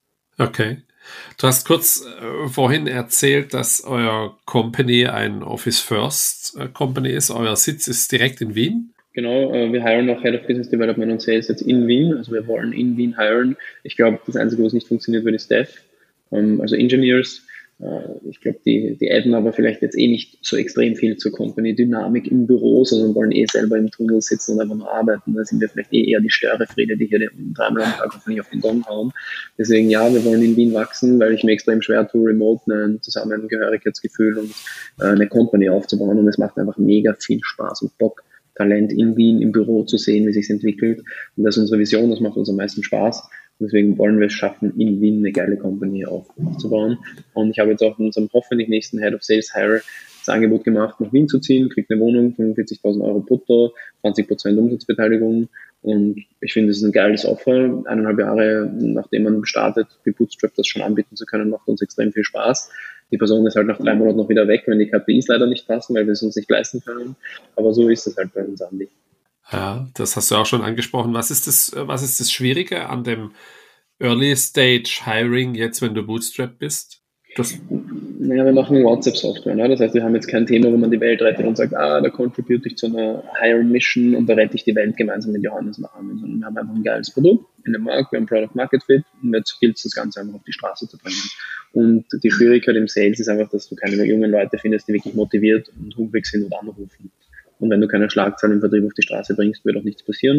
Okay. Du hast kurz äh, vorhin erzählt, dass euer Company ein Office First äh, Company ist. Euer Sitz ist direkt in Wien. Genau, wir hiren auch Head of Business Development und Sales jetzt in Wien. Also wir wollen in Wien hiren. Ich glaube, das Einzige, was nicht funktioniert, wird, ist Staff, also Engineers. Ich glaube, die, die adden aber vielleicht jetzt eh nicht so extrem viel zur Company-Dynamik im Büro, sondern wollen eh selber im Tunnel sitzen und einfach nur arbeiten. Da sind wir vielleicht eh eher die Störefriede, die hier dreimal am Tag hoffentlich auf den Gong hauen. Deswegen ja, wir wollen in Wien wachsen, weil ich mir extrem schwer tue, remote ein Zusammengehörigkeitsgefühl und eine Company aufzubauen. Und es macht einfach mega viel Spaß und Bock, Talent in Wien im Büro zu sehen, wie sich entwickelt. Und das ist unsere Vision, das macht uns am meisten Spaß. Und deswegen wollen wir es schaffen, in Wien eine geile Company aufzubauen. Und ich habe jetzt auch in unserem hoffentlich nächsten Head of Sales Hire das Angebot gemacht, nach Wien zu ziehen, kriegt eine Wohnung, fünfundvierzigtausend Euro brutto, zwanzig Prozent Umsatzbeteiligung. Und ich finde, das ist ein geiles Offer. Eineinhalb Jahre, nachdem man startet, wie Bootstrap das schon anbieten zu können, macht uns extrem viel Spaß. Die Person ist halt nach drei Monaten noch wieder weg, wenn die K P Is leider nicht passen, weil wir es uns nicht leisten können. Aber so ist es halt bei uns, Andi. Ja, das hast du auch schon angesprochen. Was ist das, was ist das Schwierige an dem Early Stage Hiring jetzt, wenn du Bootstrap bist? Das naja, wir machen WhatsApp-Software. Ne? Das heißt, wir haben jetzt kein Thema, wo man die Welt rettet und sagt, ah, da contribute ich zu einer Hiring Mission und da rette ich die Welt gemeinsam mit Johannes und Armin. Sondern wir haben einfach ein geiles Produkt in dem Markt, wir haben Product Market Fit und jetzt gilt es, das Ganze einfach auf die Straße zu bringen. Und die Schwierigkeit im Sales ist einfach, dass du keine jungen Leute findest, die wirklich motiviert und hungrig sind und anrufen. Und wenn du keine Schlagzeilen im Vertrieb auf die Straße bringst, wird auch nichts passieren.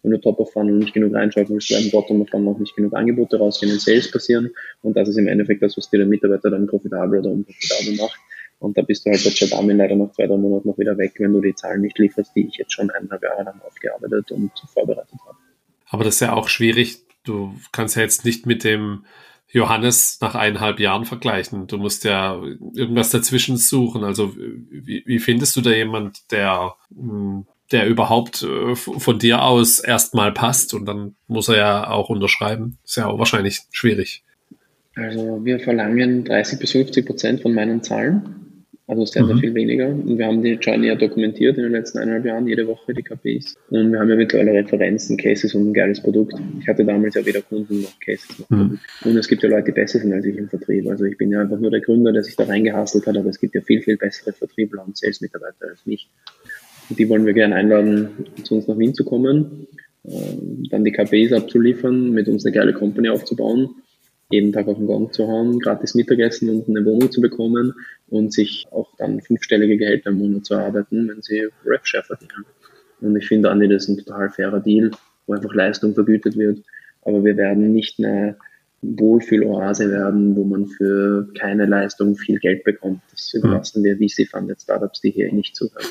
wenn du Top of Funnel nicht genug reinschauen willst, werden Bottom of Funnel auch nicht genug Angebote rausgehen und Sales passieren. Und das ist im Endeffekt das, was dir der Mitarbeiter dann profitabel oder unprofitabel macht. Und da bist du halt bei Chat Armin leider nach zwei, drei Monaten noch wieder weg, wenn du die Zahlen nicht lieferst, die ich jetzt schon eineinhalb Jahre lang aufgearbeitet und vorbereitet habe. Aber das ist ja auch schwierig. Du kannst ja jetzt nicht mit dem Johannes nach eineinhalb Jahren vergleichen. Du musst ja irgendwas dazwischen suchen. Also wie, wie findest du da jemand, der, der überhaupt von dir aus erstmal passt und dann muss er ja auch unterschreiben? Ist ja auch wahrscheinlich schwierig. Also wir verlangen dreißig bis fünfzig Prozent von meinen Zahlen. Also sehr, sehr viel weniger. Und wir haben die Journey ja dokumentiert in den letzten eineinhalb Jahren, jede Woche die K P Is. Und wir haben ja mittlerweile Referenzen, Cases und ein geiles Produkt. Ich hatte damals ja weder Kunden noch Cases noch Produkt. Mhm. Und es gibt ja Leute, die besser sind als ich im Vertrieb. Also ich bin ja einfach nur der Gründer, der sich da reingehustelt hat, aber es gibt ja viel, viel bessere Vertriebler und Sales-Mitarbeiter als mich. Und die wollen wir gerne einladen, zu uns nach Wien zu kommen, dann die K P Is abzuliefern, mit uns eine geile Company aufzubauen, jeden Tag auf den Gang zu hauen, gratis Mittagessen und eine Wohnung zu bekommen und sich auch dann fünfstellige Gehälter im Monat zu erarbeiten, wenn sie Rev-Share verdienen. Und ich finde, Andi, das ist ein total fairer Deal, wo einfach Leistung vergütet wird. Aber wir werden nicht eine Wohlfühl-Oase werden, wo man für keine Leistung viel Geld bekommt. Das überlassen wir V C-Funded Startups, die hier nicht zuhören.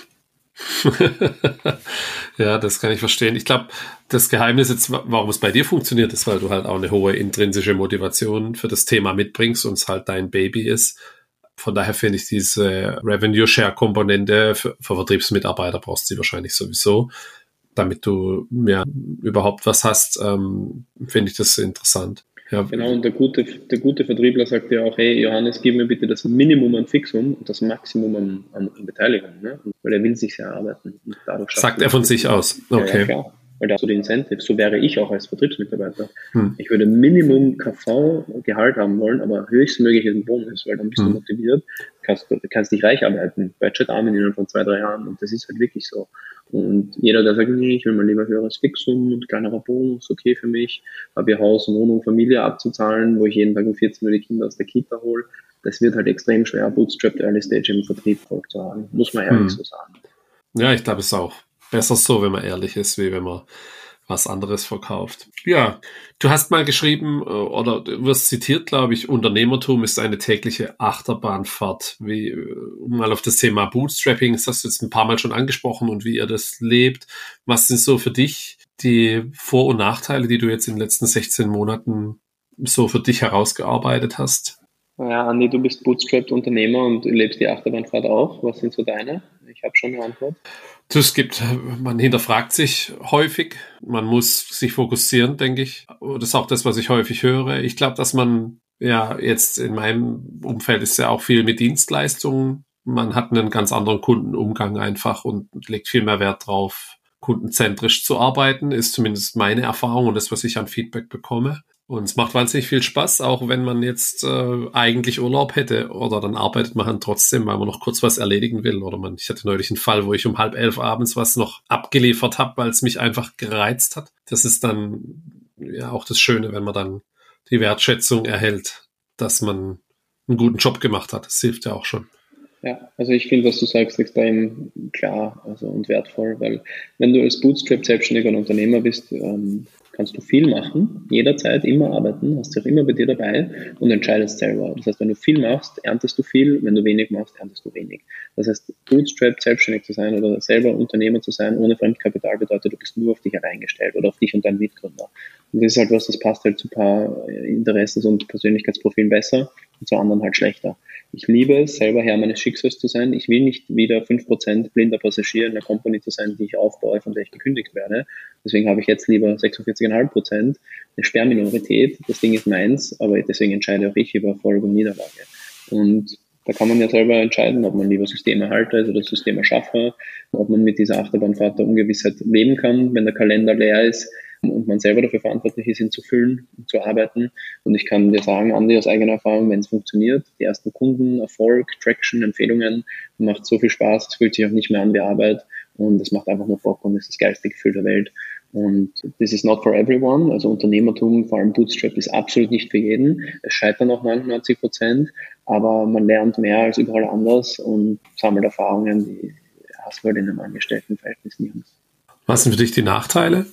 Ja, das kann ich verstehen. Ich glaube, das Geheimnis jetzt, warum es bei dir funktioniert, ist, weil du halt auch eine hohe intrinsische Motivation für das Thema mitbringst und es halt dein Baby ist. Von daher finde ich diese Revenue-Share-Komponente für, für Vertriebsmitarbeiter brauchst du sie wahrscheinlich sowieso. Damit du ja überhaupt was hast, ähm, finde ich das interessant. Ja. Genau, und der gute, der gute Vertriebler sagt ja auch, hey Johannes, gib mir bitte das Minimum an Fixum und das Maximum an, an, an Beteiligung, ne? Weil er will sich ja erarbeiten. Und dadurch sagt er von sich aus? Okay. Ja, ja, klar. Weil da hast du die Incentives. So wäre ich auch als Vertriebsmitarbeiter. Hm. Ich würde Minimum K V-Gehalt haben wollen, aber höchstmöglichen Bonus, weil dann bist hm. du motiviert, kannst, kannst dich reich arbeiten. Bei Chat Armin innerhalb von zwei, drei Jahren. Und das ist halt wirklich so. Und jeder, der sagt, nee, ich will mal lieber höheres Fixum und kleinerer Bonus, okay für mich, habe ihr Haus, Wohnung, Familie abzuzahlen, wo ich jeden Tag um vierzehn Uhr die Kinder aus der Kita hole, das wird halt extrem schwer, Bootstrapped Early Stage im Vertrieb Volk zu haben. Muss man ehrlich hm. so sagen. Ja, ich glaube, es ist auch besser so, wenn man ehrlich ist, wie wenn man was anderes verkauft. Ja, du hast mal geschrieben, oder du wirst zitiert, glaube ich, Unternehmertum ist eine tägliche Achterbahnfahrt. Wie, um mal auf das Thema Bootstrapping, das hast du jetzt ein paar Mal schon angesprochen und wie ihr das lebt. Was sind so für dich die Vor- und Nachteile, die du jetzt in den letzten sechzehn Monaten so für dich herausgearbeitet hast? Ja, Andi, du bist Bootstrapped-Unternehmer und lebst die Achterbahnfahrt auch. Was sind so deine? Ich habe schon eine Antwort. Es gibt, man hinterfragt sich häufig, man muss sich fokussieren, denke ich. Das ist auch das, was ich häufig höre. Ich glaube, dass man, ja, jetzt in meinem Umfeld ist ja auch viel mit Dienstleistungen. Man hat einen ganz anderen Kundenumgang einfach und legt viel mehr Wert drauf, kundenzentrisch zu arbeiten, ist zumindest meine Erfahrung und das, was ich an Feedback bekomme. Und es macht wahnsinnig viel Spaß, auch wenn man jetzt äh, eigentlich Urlaub hätte oder dann arbeitet man dann trotzdem, weil man noch kurz was erledigen will. Oder man, ich hatte neulich einen Fall, wo ich um halb elf abends was noch abgeliefert habe, weil es mich einfach gereizt hat. Das ist dann ja auch das Schöne, wenn man dann die Wertschätzung erhält, dass man einen guten Job gemacht hat. Das hilft ja auch schon. Ja, also ich finde, was du sagst, extrem klar also und wertvoll, weil wenn du als Bootstrap selbstständiger Unternehmer bist, ähm, kannst du viel machen, jederzeit, immer arbeiten, hast dich auch immer bei dir dabei und entscheidest selber. Das heißt, wenn du viel machst, erntest du viel, wenn du wenig machst, erntest du wenig. Das heißt, Bootstrap selbstständig zu sein oder selber Unternehmer zu sein, ohne Fremdkapital bedeutet, du bist nur auf dich hereingestellt oder auf dich und deinen Mitgründer. Und das ist halt was, das passt halt zu ein paar Interessen- und Persönlichkeitsprofilen besser und zu anderen halt schlechter. Ich liebe es, selber Herr meines Schicksals zu sein. Ich will nicht wieder fünf Prozent blinder Passagier in einer Company zu sein, die ich aufbaue, von der ich gekündigt werde. Deswegen habe ich jetzt lieber sechsundvierzig Komma fünf Prozent, eine Sperrminorität. Das Ding ist meins, aber deswegen entscheide auch ich über Erfolg und Niederlage. Und da kann man ja selber entscheiden, ob man lieber Systemerhalter ist oder Systemerschaffer, ob man mit dieser Achterbahnfahrt der Ungewissheit leben kann, wenn der Kalender leer ist und man selber dafür verantwortlich ist, ihn zu füllen und zu arbeiten. Und ich kann dir sagen, Andi, aus eigener Erfahrung, wenn es funktioniert, die ersten Kunden, Erfolg, Traction, Empfehlungen, macht so viel Spaß, es fühlt sich auch nicht mehr an wie Arbeit und es macht einfach nur Bock und ist das geilste Gefühl der Welt. Und this is not for everyone, also Unternehmertum, vor allem Bootstrap, ist absolut nicht für jeden. Es scheitern auch neunundneunzig Prozent, aber man lernt mehr als überall anders und sammelt Erfahrungen, die hast du halt in einem Angestelltenverhältnis nirgends. Was sind für dich die Nachteile?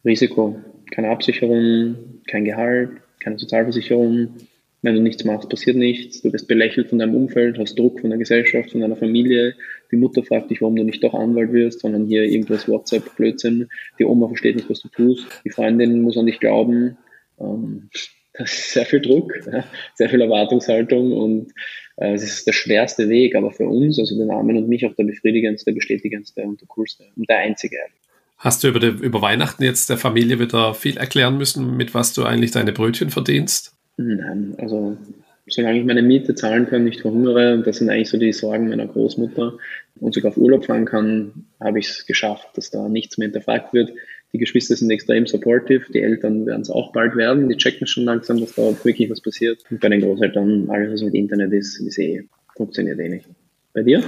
Risiko, keine Absicherung, kein Gehalt, keine Sozialversicherung. Wenn du nichts machst, passiert nichts. Du wirst belächelt von deinem Umfeld, hast Druck von der Gesellschaft, von deiner Familie. Die Mutter fragt dich, warum du nicht doch Anwalt wirst, sondern hier irgendwas WhatsApp-Blödsinn. Die Oma versteht nicht, was du tust. Die Freundin muss an dich glauben. Ähm, das ist sehr viel Druck, ja, sehr viel Erwartungshaltung und äh, es ist der schwerste Weg, aber für uns, also den Armin und mich, auch der befriedigendste, bestätigendste und der coolste und der einzige. Hast du über, die, über Weihnachten jetzt der Familie wieder viel erklären müssen, mit was du eigentlich deine Brötchen verdienst? Nein, also solange ich meine Miete zahlen kann, nicht verhungere, und das sind eigentlich so die Sorgen meiner Großmutter, und sogar auf Urlaub fahren kann, habe ich es geschafft, dass da nichts mehr hinterfragt wird. Die Geschwister sind extrem supportive, die Eltern werden es auch bald werden, die checken schon langsam, dass da wirklich was passiert. Und bei den Großeltern, alles was mit Internet ist, ist eh, funktioniert eh nicht. Bei dir?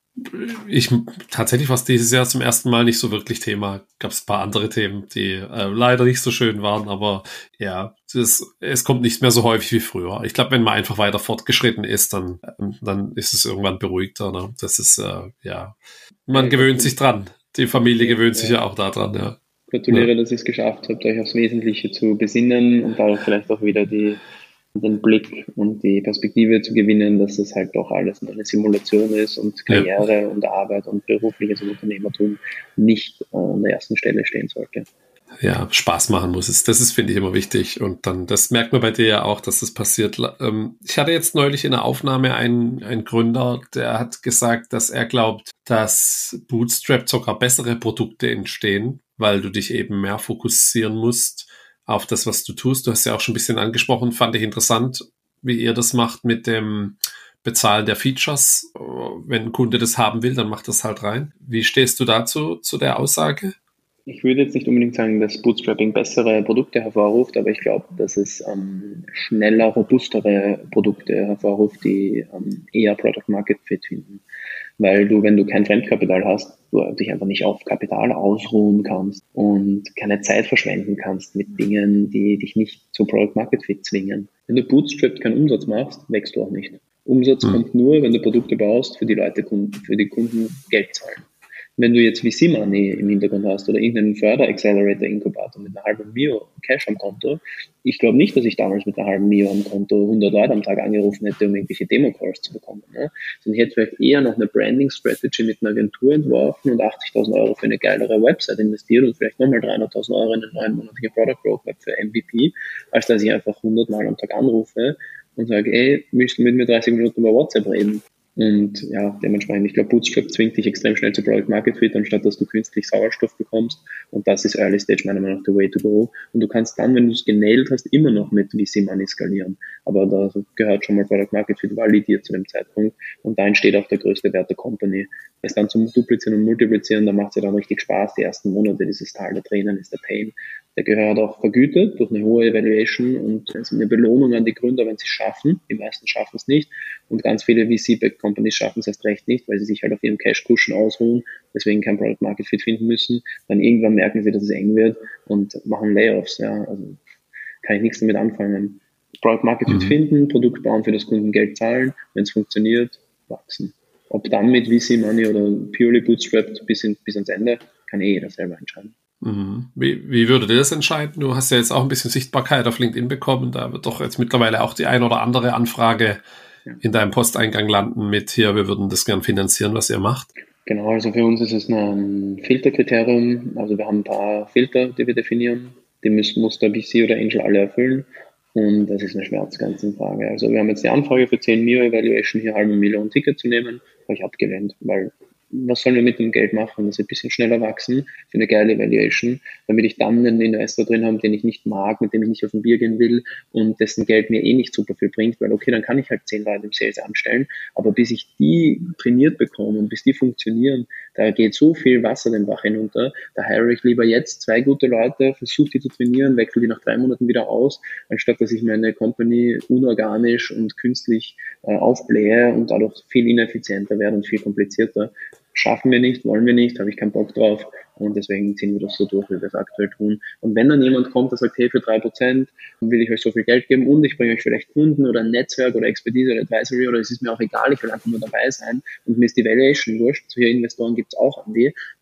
Ich, tatsächlich war es dieses Jahr zum ersten Mal nicht so wirklich Thema. Gab es ein paar andere Themen, die äh, leider nicht so schön waren, aber ja, es, es kommt nicht mehr so häufig wie früher. Ich glaube, wenn man einfach weiter fortgeschritten ist, dann, dann ist es irgendwann beruhigter. Ne? Das ist, äh, ja, man ja, gewöhnt sich dran. Die Familie ja, gewöhnt ja. sich ja auch daran, ja. Gratuliere, ja. dass ihr es geschafft habt, euch aufs Wesentliche zu besinnen und dadurch vielleicht auch wieder die den Blick und die Perspektive zu gewinnen, dass es halt doch alles nur eine Simulation ist und Karriere ja. und Arbeit und berufliches Unternehmertum nicht an der ersten Stelle stehen sollte. Ja, Spaß machen muss es. Das ist, finde ich, immer wichtig. Und dann, das merkt man bei dir ja auch, dass das passiert. Ich hatte jetzt neulich in der Aufnahme einen, einen Gründer, der hat gesagt, dass er glaubt, dass Bootstrap sogar bessere Produkte entstehen, weil du dich eben mehr fokussieren musst auf das, was du tust. Du hast ja auch schon ein bisschen angesprochen, fand ich interessant, wie ihr das macht mit dem Bezahlen der Features. Wenn ein Kunde das haben will, dann macht das halt rein. Wie stehst du dazu, zu der Aussage? Ich würde jetzt nicht unbedingt sagen, dass Bootstrapping bessere Produkte hervorruft, aber ich glaube, dass es ähm, schneller, robustere Produkte hervorruft, die ähm, eher Product Market Fit finden. Weil du, wenn du kein Fremdkapital hast, du dich einfach nicht auf Kapital ausruhen kannst und keine Zeit verschwenden kannst mit Dingen, die dich nicht zu Product Market Fit zwingen. Wenn du bootstrapped keinen Umsatz machst, wächst du auch nicht. Umsatz mhm. kommt nur, wenn du Produkte baust, für die Leute, für die Kunden Geld zahlen. Wenn du jetzt V C Money im Hintergrund hast oder irgendeinen Förder Accelerator Inkubator mit einer halben Mio Cash am Konto, ich glaube nicht, dass ich damals mit einer halben Mio am Konto hundert Leute am Tag angerufen hätte, um irgendwelche Demo-Calls zu bekommen. Ne? Sondern ich hätte vielleicht eher noch eine Branding-Strategy mit einer Agentur entworfen und achtzigtausend Euro für eine geilere Website investiert und vielleicht nochmal dreihunderttausend Euro in eine neunmonatige Product Roadmap für M V P, als dass ich einfach hundert Mal am Tag anrufe und sage, ey, willst du mit mir dreißig Minuten über WhatsApp reden? Und ja, dementsprechend, ich glaube, Bootstrap zwingt dich extrem schnell zu Product Market Fit, anstatt dass du künstlich Sauerstoff bekommst. Und das ist Early Stage meiner Meinung nach the way to go. Und du kannst dann, wenn du es genailt hast, immer noch mit V C Money skalieren. Aber da gehört schon mal Product Market Fit validiert zu dem Zeitpunkt. Und da entsteht auch der größte Wert der Company. Es dann zum Duplizieren und Multiplizieren, da macht es ja dann richtig Spaß. Die ersten Monate, dieses Tal der Tränen ist der Pain. Der gehört auch vergütet durch eine hohe Evaluation und eine Belohnung an die Gründer, wenn sie es schaffen. Die meisten schaffen es nicht. Und ganz viele V C-Backed Companies schaffen es erst recht nicht, weil sie sich halt auf ihrem Cash-Cushion ausruhen, deswegen kein Product Market Fit finden müssen. Dann irgendwann merken sie, dass es eng wird und machen Layoffs. Ja, also kann ich nichts damit anfangen. Product Market Fit mhm. finden, Produkt bauen, für das Kunden Geld zahlen. Wenn es funktioniert, wachsen. Ob dann mit V C Money oder purely bootstrapped bis, in, bis ans Ende, kann eh jeder selber entscheiden. Wie, wie würdet ihr das entscheiden? Du hast ja jetzt auch ein bisschen Sichtbarkeit auf LinkedIn bekommen. Da wird doch jetzt mittlerweile auch die ein oder andere Anfrage ja. in deinem Posteingang landen mit hier, wir würden das gern finanzieren, was ihr macht. Genau, also für uns ist es ein Filterkriterium. Also wir haben ein paar Filter, die wir definieren. Die müssen, muss der V C oder Angel alle erfüllen. Und das ist eine Schmerzgrenzenfrage. Also wir haben jetzt die Anfrage für zehn Mio Evaluation hier halbe Million Ticket zu nehmen. Habe ich abgelehnt, weil was sollen wir mit dem Geld machen? Das wird ein bisschen schneller wachsen für eine geile Evaluation, damit ich dann einen Investor drin habe, den ich nicht mag, mit dem ich nicht auf ein Bier gehen will und dessen Geld mir eh nicht super viel bringt, weil okay, dann kann ich halt zehn Leute im Sales anstellen, aber bis ich die trainiert bekomme und bis die funktionieren, da geht so viel Wasser den Bach hinunter, da hire ich lieber jetzt zwei gute Leute, versuche die zu trainieren, wechsle die nach drei Monaten wieder aus, anstatt dass ich meine Company unorganisch und künstlich äh, aufblähe und dadurch viel ineffizienter werde und viel komplizierter. Schaffen wir nicht, wollen wir nicht, habe ich keinen Bock drauf und deswegen ziehen wir das so durch, wie wir es aktuell tun. Und wenn dann jemand kommt, der sagt, hey, für drei Prozent will ich euch so viel Geld geben und ich bringe euch vielleicht Kunden oder ein Netzwerk oder Expertise oder Advisory oder es ist mir auch egal, ich will einfach nur dabei sein und mir ist die Valuation wurscht, solche Investoren gibt es auch an die,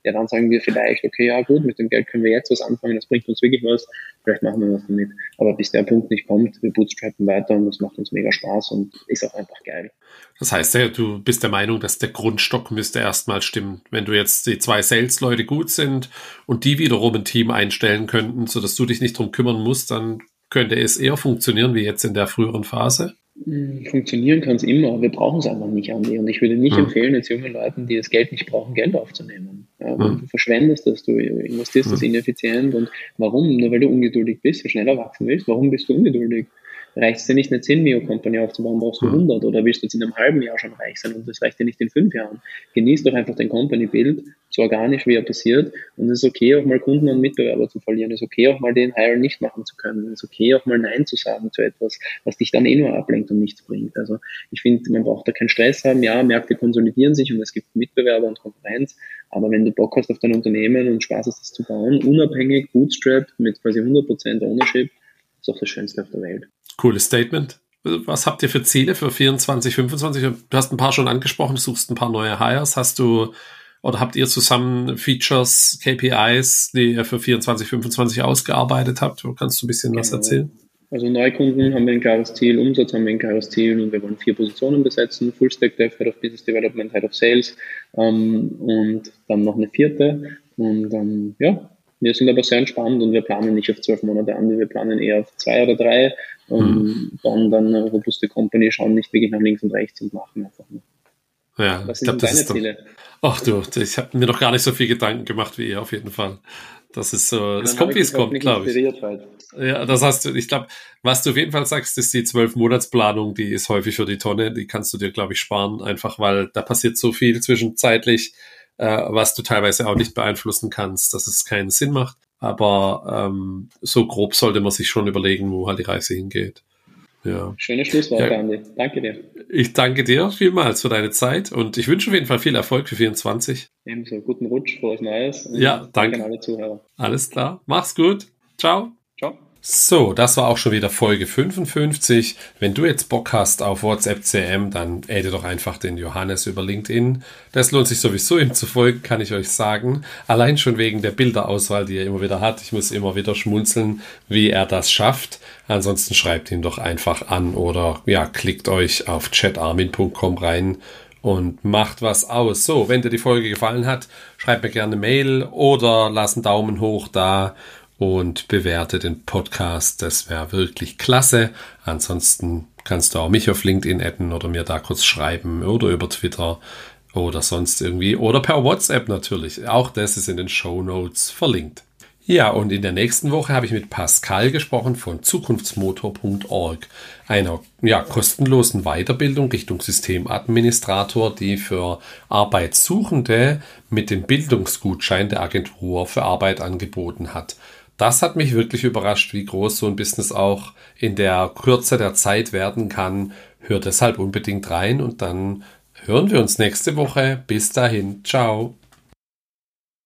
ja, dann sagen wir vielleicht, okay, ja gut, mit dem Geld können wir jetzt was anfangen, das bringt uns wirklich was, vielleicht machen wir was damit. Aber bis der Punkt nicht kommt, wir bootstrappen weiter und das macht uns mega Spaß und ist auch einfach geil. Das heißt ja, du bist der Meinung, dass der Grundstock müsste erstmal stimmen. Wenn du jetzt die zwei Sales-Leute gut sind und die wiederum ein Team einstellen könnten, sodass du dich nicht drum kümmern musst, dann könnte es eher funktionieren wie jetzt in der früheren Phase? Funktionieren kann es immer, wir brauchen es einfach nicht, Andi. Und ich würde nicht hm. empfehlen, jetzt jungen Leuten, die das Geld nicht brauchen, Geld aufzunehmen. Ja, hm. Du verschwendest das, du investierst hm. das ineffizient. Und warum? Nur weil du ungeduldig bist, schneller wachsen willst, warum bist du ungeduldig? Reicht es dir nicht, eine zehn Mio Company aufzubauen, brauchst du hundert oder willst du jetzt in einem halben Jahr schon reich sein und das reicht dir nicht in fünf Jahren. Genieß doch einfach dein Company-Bild, so organisch wie er passiert und es ist okay, auch mal Kunden und Mitbewerber zu verlieren, es ist okay, auch mal den Hire nicht machen zu können, es ist okay, auch mal Nein zu sagen zu etwas, was dich dann eh nur ablenkt und nichts bringt. Also ich finde, man braucht da keinen Stress haben, ja, Märkte konsolidieren sich und es gibt Mitbewerber und Konkurrenz, aber wenn du Bock hast auf dein Unternehmen und Spaß hast, das zu bauen, unabhängig, Bootstrap mit quasi hundert Prozent Ownership, ist auch das Schönste auf der Welt. Cooles Statement. Was habt ihr für Ziele für vierundzwanzig, fünfundzwanzig? Du hast ein paar schon angesprochen, du suchst ein paar neue Hires. Hast du oder habt ihr zusammen Features, K P Is, die ihr für vierundzwanzig, fünfundzwanzig ausgearbeitet habt? Kannst du ein bisschen was erzählen? Also Neukunden haben wir ein klares Ziel, Umsatz haben wir ein klares Ziel und wir wollen vier Positionen besetzen, Full-Stack Dev, Head of Business Development, Head of Sales ähm, und dann noch eine vierte und ähm, ja, wir sind aber sehr entspannt und wir planen nicht auf zwölf Monate an, wir planen eher auf zwei oder drei und hm. bauen dann eine robuste Company, schauen nicht wirklich nach links und rechts und machen einfach nur. Ja, was ich glaube, das ist Ziele? Ach du, ich habe mir noch gar nicht so viel Gedanken gemacht wie ihr auf jeden Fall. Das ist so, es kommt, wie es kommt, glaube ich. Halt. Ja, das hast du, ich glaube, was du auf jeden Fall sagst, ist die zwölf-Monats-Planung, die ist häufig für die Tonne, die kannst du dir, glaube ich, sparen, einfach weil da passiert so viel zwischenzeitlich, äh, was du teilweise auch nicht beeinflussen kannst, dass es keinen Sinn macht. Aber ähm, so grob sollte man sich schon überlegen, wo halt die Reise hingeht. Ja. Schöne Schlussworte, ja. Andi. Danke dir. Ich danke dir vielmals für deine Zeit und ich wünsche auf jeden Fall viel Erfolg für vierundzwanzig. Ebenso, guten Rutsch, frohes Neues. Und ja, danke. An alle Zuhörer. Alles klar. Mach's gut. Ciao. Ciao. So, das war auch schon wieder Folge fünfundfünfzig. Wenn du jetzt Bock hast auf WhatsApp C M, dann adde doch einfach den Johannes über LinkedIn. Das lohnt sich sowieso, ihm zu folgen, kann ich euch sagen. Allein schon wegen der Bilderauswahl, die er immer wieder hat. Ich muss immer wieder schmunzeln, wie er das schafft. Ansonsten schreibt ihn doch einfach an oder ja, klickt euch auf chat armin punkt com rein und macht was aus. So, wenn dir die Folge gefallen hat, schreib mir gerne eine Mail oder lass einen Daumen hoch da. Und bewerte den Podcast, das wäre wirklich klasse. Ansonsten kannst du auch mich auf LinkedIn adden oder mir da kurz schreiben oder über Twitter oder sonst irgendwie oder per WhatsApp natürlich. Auch das ist in den Shownotes verlinkt. Ja, und in der nächsten Woche habe ich mit Pascal gesprochen von zukunftsmotor punkt org, einer ja, kostenlosen Weiterbildung Richtung Systemadministrator, die für Arbeitssuchende mit dem Bildungsgutschein der Agentur für Arbeit angeboten hat. Das hat mich wirklich überrascht, wie groß so ein Business auch in der Kürze der Zeit werden kann. Hört deshalb unbedingt rein und dann hören wir uns nächste Woche. Bis dahin. Ciao.